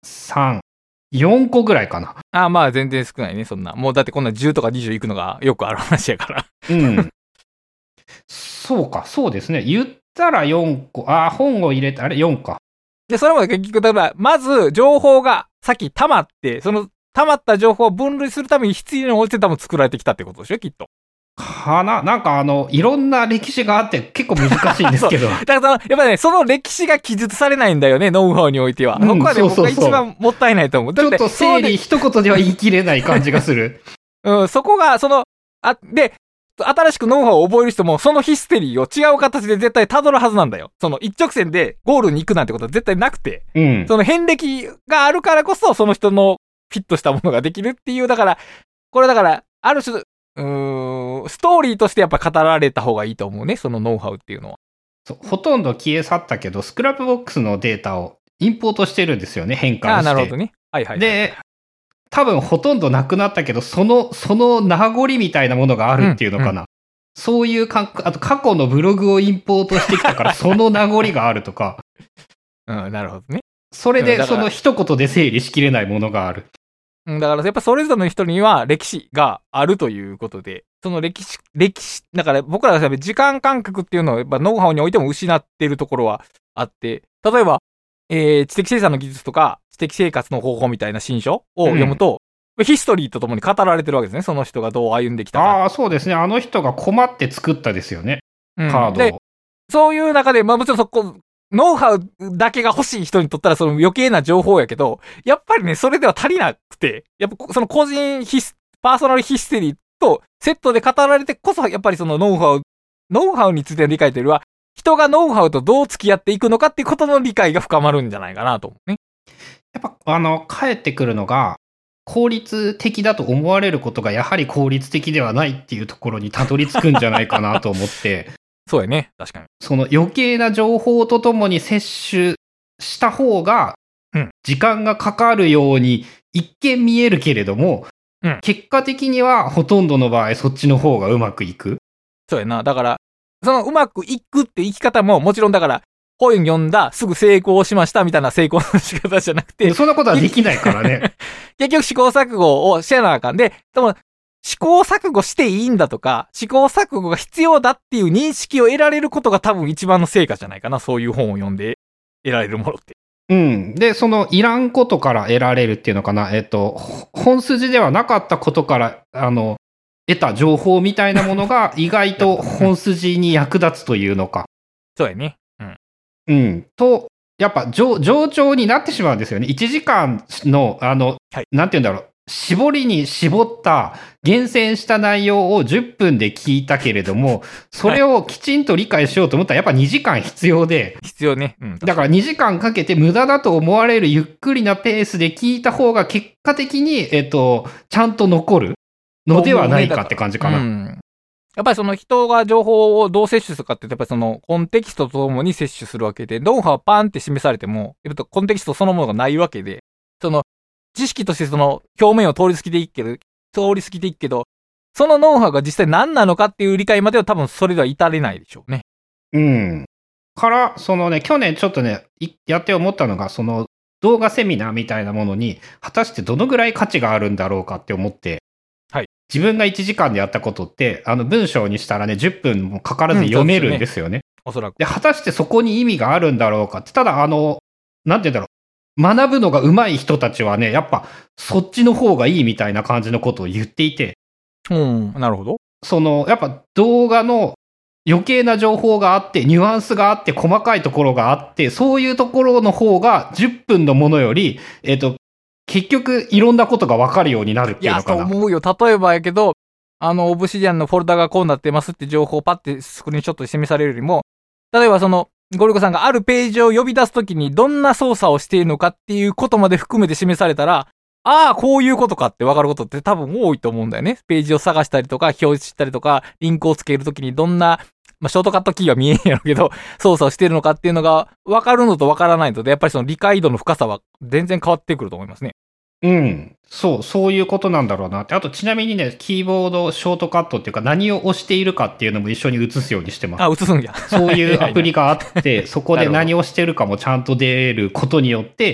さん、よんこぐらいかな。 ああ、まあ全然少ないね、そんな。もうだってこんなじゅうとかにじゅういくのがよくある話やから。 うん。そうか、そうですね。言ったらよんこ。ああ、本を入れて、あれよんか。 で、それも結局、例えば、まず情報がさっき溜まって、その溜まった情報を分類するために必要に応じて多分作られてきたってことでしょ、きっと。 かな、なんかあの、いろんな歴史があって結構難しいんですけど。 だからその、やっぱね、その歴史が記述されないんだよね、ノウハウにおいては。 うん、 そこはね、 そうそうそう、 僕が一番もったいないと思う。 ちょっと整理一言では言い切れない感じがする。 うん、そこが、その、あ、で、新しくノウハウを覚える人も、そのヒステリーを違う形で絶対辿るはずなんだよ。その一直線でゴールに行くなんてことは絶対なくて。 うん。 その遍歴があるからこそ、その人のフィットしたものができるっていう、だから、これだから、ある種、うーん、ストーリーとしてやっぱ語られた方がいいと思うね、そのノウハウっていうのは。 そう、ほとんど消え去ったけど、スクラップボックスのデータをインポートしてるんですよね、変換して。 ああ、なるほどね。はいはい、はい。 で、多分ほとんどなくなったけど、その、その名残みたいなものがあるっていうのかな。うんうん、そういう感覚、あと過去のブログをインポートしてきたから、その名残があるとか。 うん、なるほどね。 それで、その一言で整理しきれないものがある。 うん、だからやっぱそれぞれの人には歴史があるということで、その歴史、歴史、だから僕らが時間感覚っていうのをやっぱノウハウにおいても失っているところはあって、例えば、えー、知的生産の技術とか、知的生活の方法みたいな新書を読むと、うん、ヒストリーとともに語られてるわけですね。その人がどう歩んできたか。 ああ、そうですね。あの人が困って作ったですよね。うん、カードを。 で、そういう中で、まあもちろんそこ、ノウハウだけが欲しい人にとったらその余計な情報やけど、やっぱりね、それでは足りなくて、やっぱその個人ヒス、パーソナルヒステリーとセットで語られてこそ、やっぱりそのノウハウ、ノウハウについての理解というよりは、人がノウハウとどう付き合っていくのかっていうことの理解が深まるんじゃないかなと思うね。 やっぱ、あの、帰ってくるのが、効率的だと思われることがやはり効率的ではないっていうところにたどり着くんじゃないかなと思って。 そうやね。確かに。 その余計な情報とともに摂取した方が、時間がかかるように一見見えるけれども、うん、結果的にはほとんどの場合そっちの方がうまくいく。 そうやな。だから、そのうまくいくって生き方ももちろんだから、本読んだ、すぐ成功しましたみたいな成功の仕方じゃなくて。 そんなことはできないからね。 結局試行錯誤をしなあかんで、でも試行錯誤していいんだとか、試行錯誤が必要だっていう認識を得られることが多分一番の成果じゃないかな。そういう本を読んで得られるものって。 うん。で、そのいらんことから得られるっていうのかな。えっと、本筋ではなかったことから、あの、得た情報みたいなものが意外と本筋に役立つというのか。 そうやね。うん。 うん。と、やっぱ上、上調になってしまうんですよね。いちじかんの、あの、はい、なんて言うんだろう。絞りに絞った厳選した内容をじゅっぷんで聞いたけれども、それをきちんと理解しようと思ったらやっぱにじかん必要で。 必要ね。 うん。だからにじかんかけて無駄だと思われるゆっくりなペースで聞いた方が結果的に、えっと、ちゃんと残るのではないかって感じかな。うん。 やっぱりその人が情報をどう摂取するかって、やっぱりそのコンテキストとともに摂取するわけで、ノウハウパーンって示されても、やっぱコンテキストそのものがないわけで、その、知識としてその表面を通り過ぎていくけど、通り過ぎていくけど、そのノウハウが実際何なのかっていう理解までは多分それでは至れないでしょうね。 うん。から、そのね、去年ちょっとね、やって思ったのが、その動画セミナーみたいなものに、果たしてどのぐらい価値があるんだろうかって思って、 はい。 自分がいちじかんでやったことって、あの文章にしたらね、じゅっぷんもかからず読めるんですよね。 うん、おそらく。 で、果たしてそこに意味があるんだろうかって、ただあの、なんて言うんだろう。学ぶのが上手い人たちはね、やっぱそっちの方がいいみたいな感じのことを言っていて。 うん、なるほど。 その、やっぱ動画の余計な情報があって、ニュアンスがあって、細かいところがあって、そういうところの方がじゅっぷんのものより、えっと、結局いろんなことが分かるようになるっていうのかな。 いや、そう思うよ。例えばやけど、あの、オブシディアンのフォルダがこうなってますって情報をパッてスクリーンショットで示されるよりも、例えばその、ゴリコさんがあるページを呼び出すときにどんな操作をしているのかっていうことまで含めて示されたら、ああ、こういうことかって分かることって多分多いと思うんだよね。ページを探したりとか、表示したりとか、リンクをつけるときにどんな、まあ、ショートカットキーは見えんやろうけど、操作をしているのかっていうのが分かるのと分からないので、やっぱりその理解度の深さは全然変わってくると思いますね。 うん。そう、そういうことなんだろうなって。あと、ちなみにね、キーボードショートカットっていうか、何を押しているかっていうのも一緒に映すようにしてます。 あ、映すんや。 そういうアプリがあって、そこで何をしてるかもちゃんと出ることによって、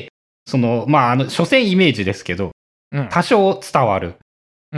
その、まあ、あの、所詮イメージですけど、 うん。 多少伝わる。 うん。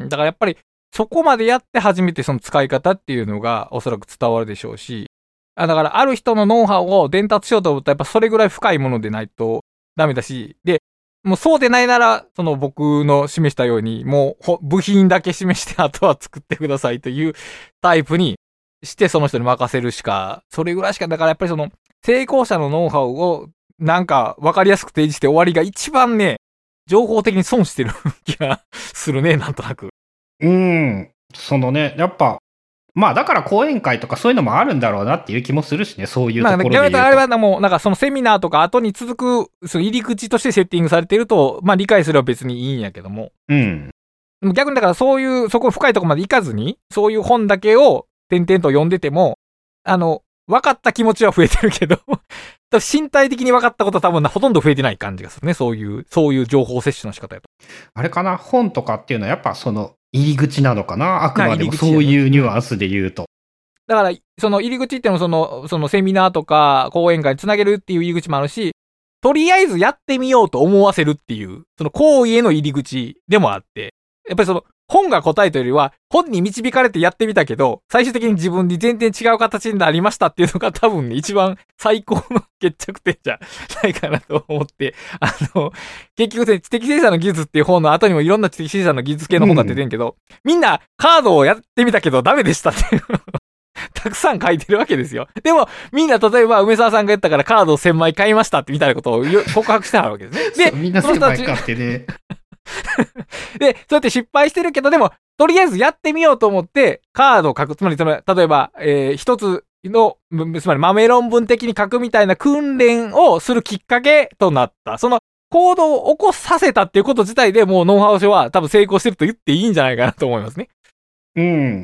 だからやっぱり、そこまでやって初めてその使い方っていうのがおそらく伝わるでしょうし、あだからある人のノウハウを伝達しようと思ったらやっぱそれぐらい深いものでないとダメだし、で、もうそうでないなら、その僕の示したように、もう部品だけ示してあとは作ってくださいというタイプにしてその人に任せるしか、それぐらいしか、だからやっぱりその成功者のノウハウをなんか分かりやすく提示して終わりが一番ね、情報的に損してる気がするね、なんとなく。 うーん。そのね、やっぱ、まあだから講演会とかそういうのもあるんだろうなっていう気もするしね、そういうところで言うと。 まあ、あれはもう、なんかそのセミナーとか後に続く、その入り口としてセッティングされていると、まあ理解すれば別にいいんやけども。 うん。 逆にだからそういう、そこ深いところまで行かずに、そういう本だけを点々と読んでても、あの、分かった気持ちは増えてるけど、身体的に分かったことは多分ほとんど増えてない感じがするね。そういう、そういう情報摂取の仕方やと。 あれかな、本とかっていうのはやっぱその入り口なのかな、あくまでもそういうニュアンスで言うと。 だから、その入り口っていうのもその、そのセミナーとか講演会につなげるっていう入り口もあるし、とりあえずやってみようと思わせるっていう、その行為への入り口でもあって、やっぱりその本が答えというよりは、本に導かれてやってみたけど、最終的に自分に全然違う形になりましたっていうのが多分ね、一番最高の決着点じゃないかなと思って、あの、結局ね、知的生産の技術っていう本の後にもいろんな知的生産の技術系の本が出てんけど、うん、みんなカードをやってみたけどダメでしたっていう。たくさん書いてるわけですよ。でも、みんな例えば、梅沢さんが言ったからカードをせんまい買いましたってみたいなことを告白してあるわけですね。 で、みんなせんまい買ってね。 で、そうやって失敗してるけど、でも、とりあえずやってみようと思って、カードを書く。つまり、その、例えば、えー、一つの、つまり豆論文的に書くみたいな訓練をするきっかけとなった。その、行動を起こさせたっていうこと自体でもうノウハウ書は多分成功してると言っていいんじゃないかなと思いますね。 うん。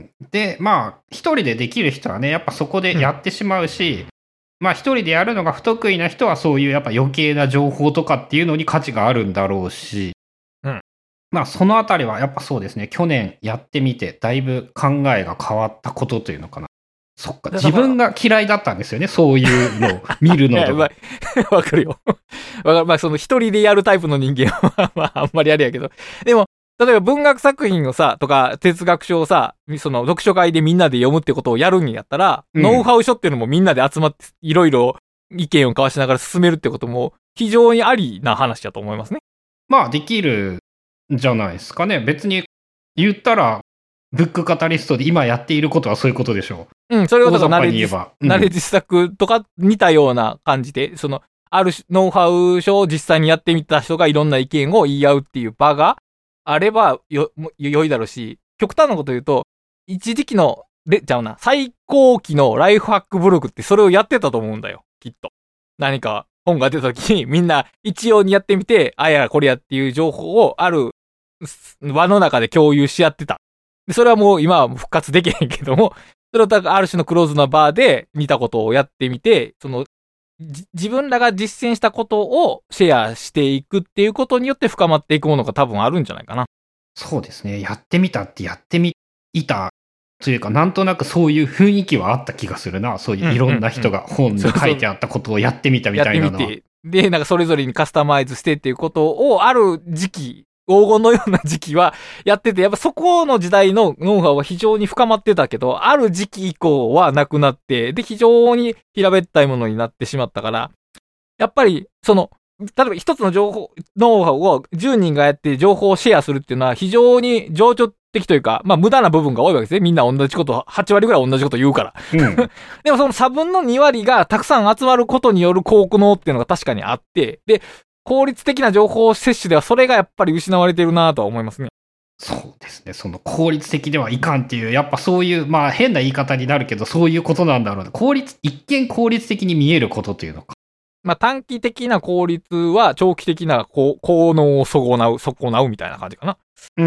で、まあ、一人でできる人はね、やっぱそこでやってしまうし、うん、まあ一人でやるのが不得意な人はそういうやっぱ余計な情報とかっていうのに価値があるんだろうし、 うん。 まあそのあたりはやっぱそうですね、去年やってみてだいぶ考えが変わったことというのかな。そっか、自分が嫌いだったんですよね、そういうのを見るのとか。 わかるよ。わかる。まあその一人でやるタイプの人間は、まああんまりあれやけど。でも、例えば文学作品をさ、とか哲学書をさ、その読書会でみんなで読むってことをやるんやったら、うん、ノウハウ書っていうのもみんなで集まっていろいろ意見を交わしながら進めるってことも非常にありな話だと思いますね。 まあできるんじゃないですかね。別に言ったら、ブックカタリストで今やっていることはそういうことでしょう。うん、それをだからナレッジ、うん、ナレッジ施策とか似たような感じで、その、あるノウハウ書を実際にやってみた人がいろんな意見を言い合うっていう場が、あればよ、良いだろうし、極端なこと言うと、一時期の、で、ちゃうな、最高期のライフハックブログってそれをやってたと思うんだよ、きっと。何か本が出た時にみんな一様にやってみて、あやこれやっていう情報をある輪の中で共有し合ってた。で、それはもう今は復活できへんけども、それをある種のクローズなバーで似たことをやってみて、その、自分らが実践したことをシェアしていくっていうことによって深まっていくものが多分あるんじゃないかな。 そうですね。やってみたってやってみたというか、なんとなくそういう雰囲気はあった気がするな。そういういろんな人が本に書いてあったことをやってみたみたいなのは。やってみて。で、なんかそれぞれにカスタマイズしてっていうことをある時期、黄金のような時期はやってて、やっぱそこの時代のノウハウは非常に深まってたけど、ある時期以降はなくなって、で、非常に平べったいものになってしまったから、やっぱり、その、例えば一つの情報、ノウハウをじゅうにんがやって情報をシェアするっていうのは非常に情緒的というか、まあ無駄な部分が多いわけですね。みんな同じこと、はちわりぐらい同じこと言うから。うん、でもその差分のにわりがたくさん集まることによる効能っていうのが確かにあって、で、効率的な情報摂取ではそれがやっぱり失われてるなとは思いますね。 そうですね。その効率的ではいかんっていう、やっぱそういう、まあ変な言い方になるけど、そういうことなんだろうね。効率、一見効率的に見えることというのか。 まあ短期的な効率は長期的な効能を損なう、損なうみたいな感じかな。 うん。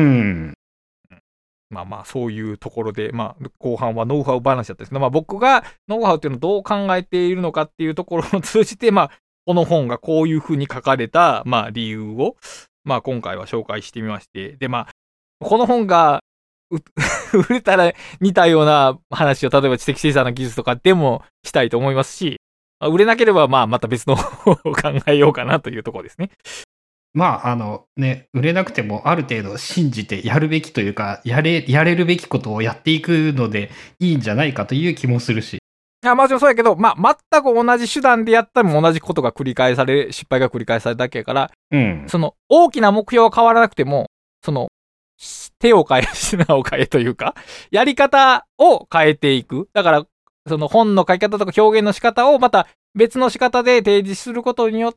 まあまあそういうところで、まあ後半はノウハウ話だったんですけど、まあ僕がノウハウっていうのをどう考えているのかっていうところを通じて、まあこの本がこういう風に書かれた、まあ理由を、まあ今回は紹介してみまして、でまあ、この本が売れたら似たような話を、例えば知的生産の技術とかでもしたいと思いますし、 売れなければ、まあ、また別の方を考えようかなというところですね。 まあ、あのね、売れなくてもある程度信じてやるべきというか、やれ、やれるべきことをやっていくのでいいんじゃないかという気もするし。 あ、もちろんそうやけど、まあ、全く同じ手段でやったらも同じことが繰り返され、失敗が繰り返されるだけやから、 うん。 その、大きな目標は変わらなくても、その、手を変え、品を変えというか、やり方を変えていく。だから、その本の書き方とか表現の仕方をまた別の仕方で提示することによって、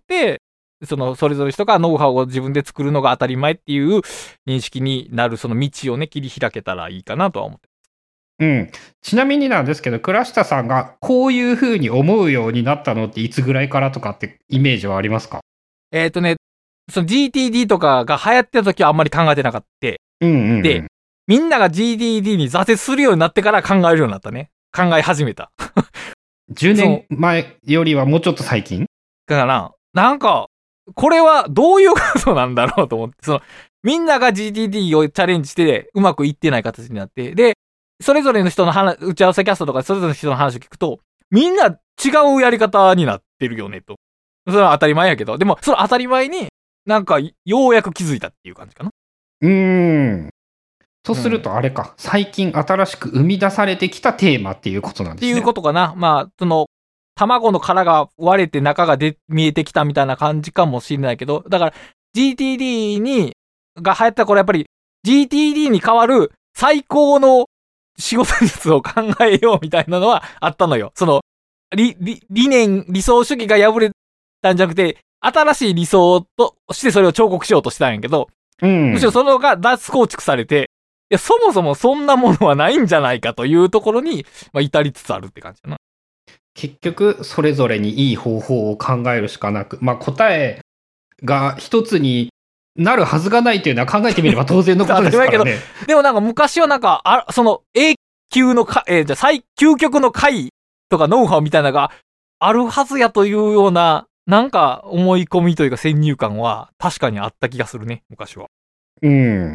その、それぞれ人がノウハウを自分で作るのが当たり前っていう認識になる、その道をね、切り開けたらいいかなとは思って。 うん。ちなみになんですけど、倉下さんがこういう風に思うようになったのっていつぐらいからとかってイメージはありますか？ えっとね、その ジーティーディー とかが流行ってた時はあんまり考えてなかった。 うんうんうん、 で、みんなが ジーティーディー に挫折するようになってから考えるようになったね。考え始めた。 じゅうねんまえよりはもうちょっと最近？ だから、なんか、これはどういうことなんだろうと思って、その、みんなが ジーティーディー をチャレンジしてうまくいってない形になって、で、それぞれの人の話、打ち合わせキャストとかそれぞれの人の話を聞くと、みんな違うやり方になってるよね、と。それは当たり前やけど、でも、その当たり前になんか、ようやく気づいたっていう感じかな。 うーん。とするとあれか、うん、最近新しく生み出されてきたテーマっていうことなんですね。 っていうことかな。まあ、その、卵の殻が割れて中がで見えてきたみたいな感じかもしれないけど、だから ジーティーディー に、が流行った頃やっぱり ジーティーディー に代わる最高の仕事術を考えようみたいなのはあったのよ。その、理、理、理念、理想主義が破れたんじゃなくて、新しい理想としてそれを彫刻しようとしたんやけど、 うん、 むしろそのが脱構築されて、いや、そもそもそんなものはないんじゃないかというところに、まあ、至りつつあるって感じかな。 結局、それぞれにいい方法を考えるしかなく、まあ、答えが一つになるはずがないというのは考えてみれば当然のことですからね。 でもなんか昔はなんか、あ、その A 級のか、えー、じゃ最究極の回とかノウハウみたいなのがあるはずやというような、なんか思い込みというか先入観は確かにあった気がするね、昔は。 うん。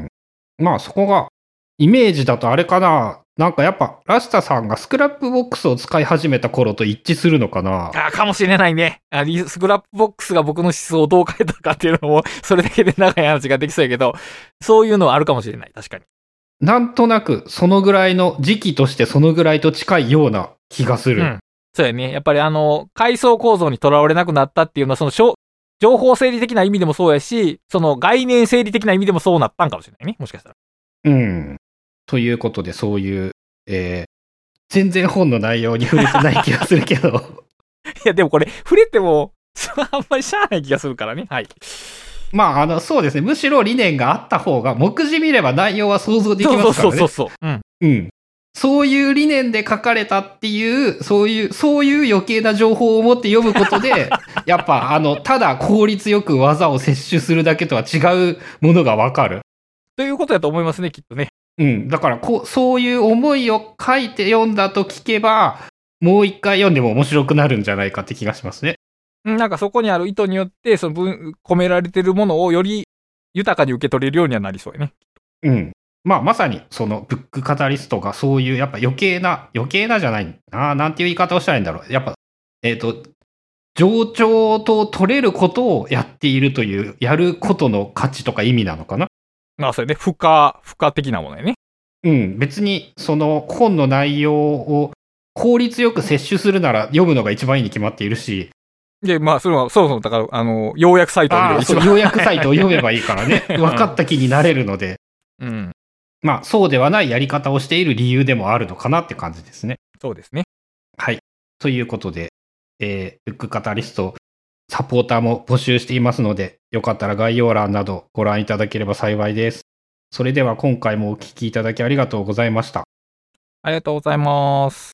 まあそこが、イメージだとあれかな。なんかやっぱ、ラスタさんがスクラップボックスを使い始めた頃と一致するのかな。 あ、かもしれないね。あ、スクラップボックスが僕の思想をどう変えたかっていうのも、それだけで長い話ができそうやけど、そういうのはあるかもしれない。確かに。 なんとなく、そのぐらいの時期としてそのぐらいと近いような気がする。うん、 そうやね。やっぱりあの、階層構造にとらわれなくなったっていうのは、その、情報整理的な意味でもそうやし、その概念整理的な意味でもそうなったんかもしれないね。もしかしたら。 うん。ということで、そういう、えー、全然本の内容に触れてない気がするけど。 いや、でもこれ、触れても、あんまりしゃあない気がするからね。はい。 まあ、あの、そうですね。むしろ理念があった方が、目次見れば内容は想像できますからね。 そうそうそうそう。うん。 うん。そういう理念で書かれたっていう、そういう、そういう余計な情報を持って読むことで、やっぱ、あの、ただ効率よく技を摂取するだけとは違うものがわかる。 ということだと思いますね、きっとね。 うん。だからこう、そういう思いを書いて読んだと聞けば、もう一回読んでも面白くなるんじゃないかって気がしますね。 なんかそこにある意図によって、その分、込められてるものをより豊かに受け取れるようにはなりそうやね。 うん。まあ、まさに、その、ブックカタリストがそういう、やっぱ余計な、余計なじゃないな、なんていう言い方をしたらいいんだろう。やっぱ、えっと、冗長と取れることをやっているという、やることの価値とか意味なのかな。 まあ、それね、負荷、負荷的なものやね。 うん。別に、その、本の内容を効率よく摂取するなら読むのが一番いいに決まっているし、 で、まあ、それは、そうそう、だから、あの、要約サイトを見れば一番。要約サイトを読めばいいからね。分かった気になれるので。 うん。 まあ、そうではないやり方をしている理由でもあるのかなって感じですね。 そうですね。 はい。ということで、えー、ブックカタリスト、サポーターも募集していますので、よかったら概要欄などご覧いただければ幸いです。それでは今回もお聞きいただきありがとうございました。 ありがとうございます。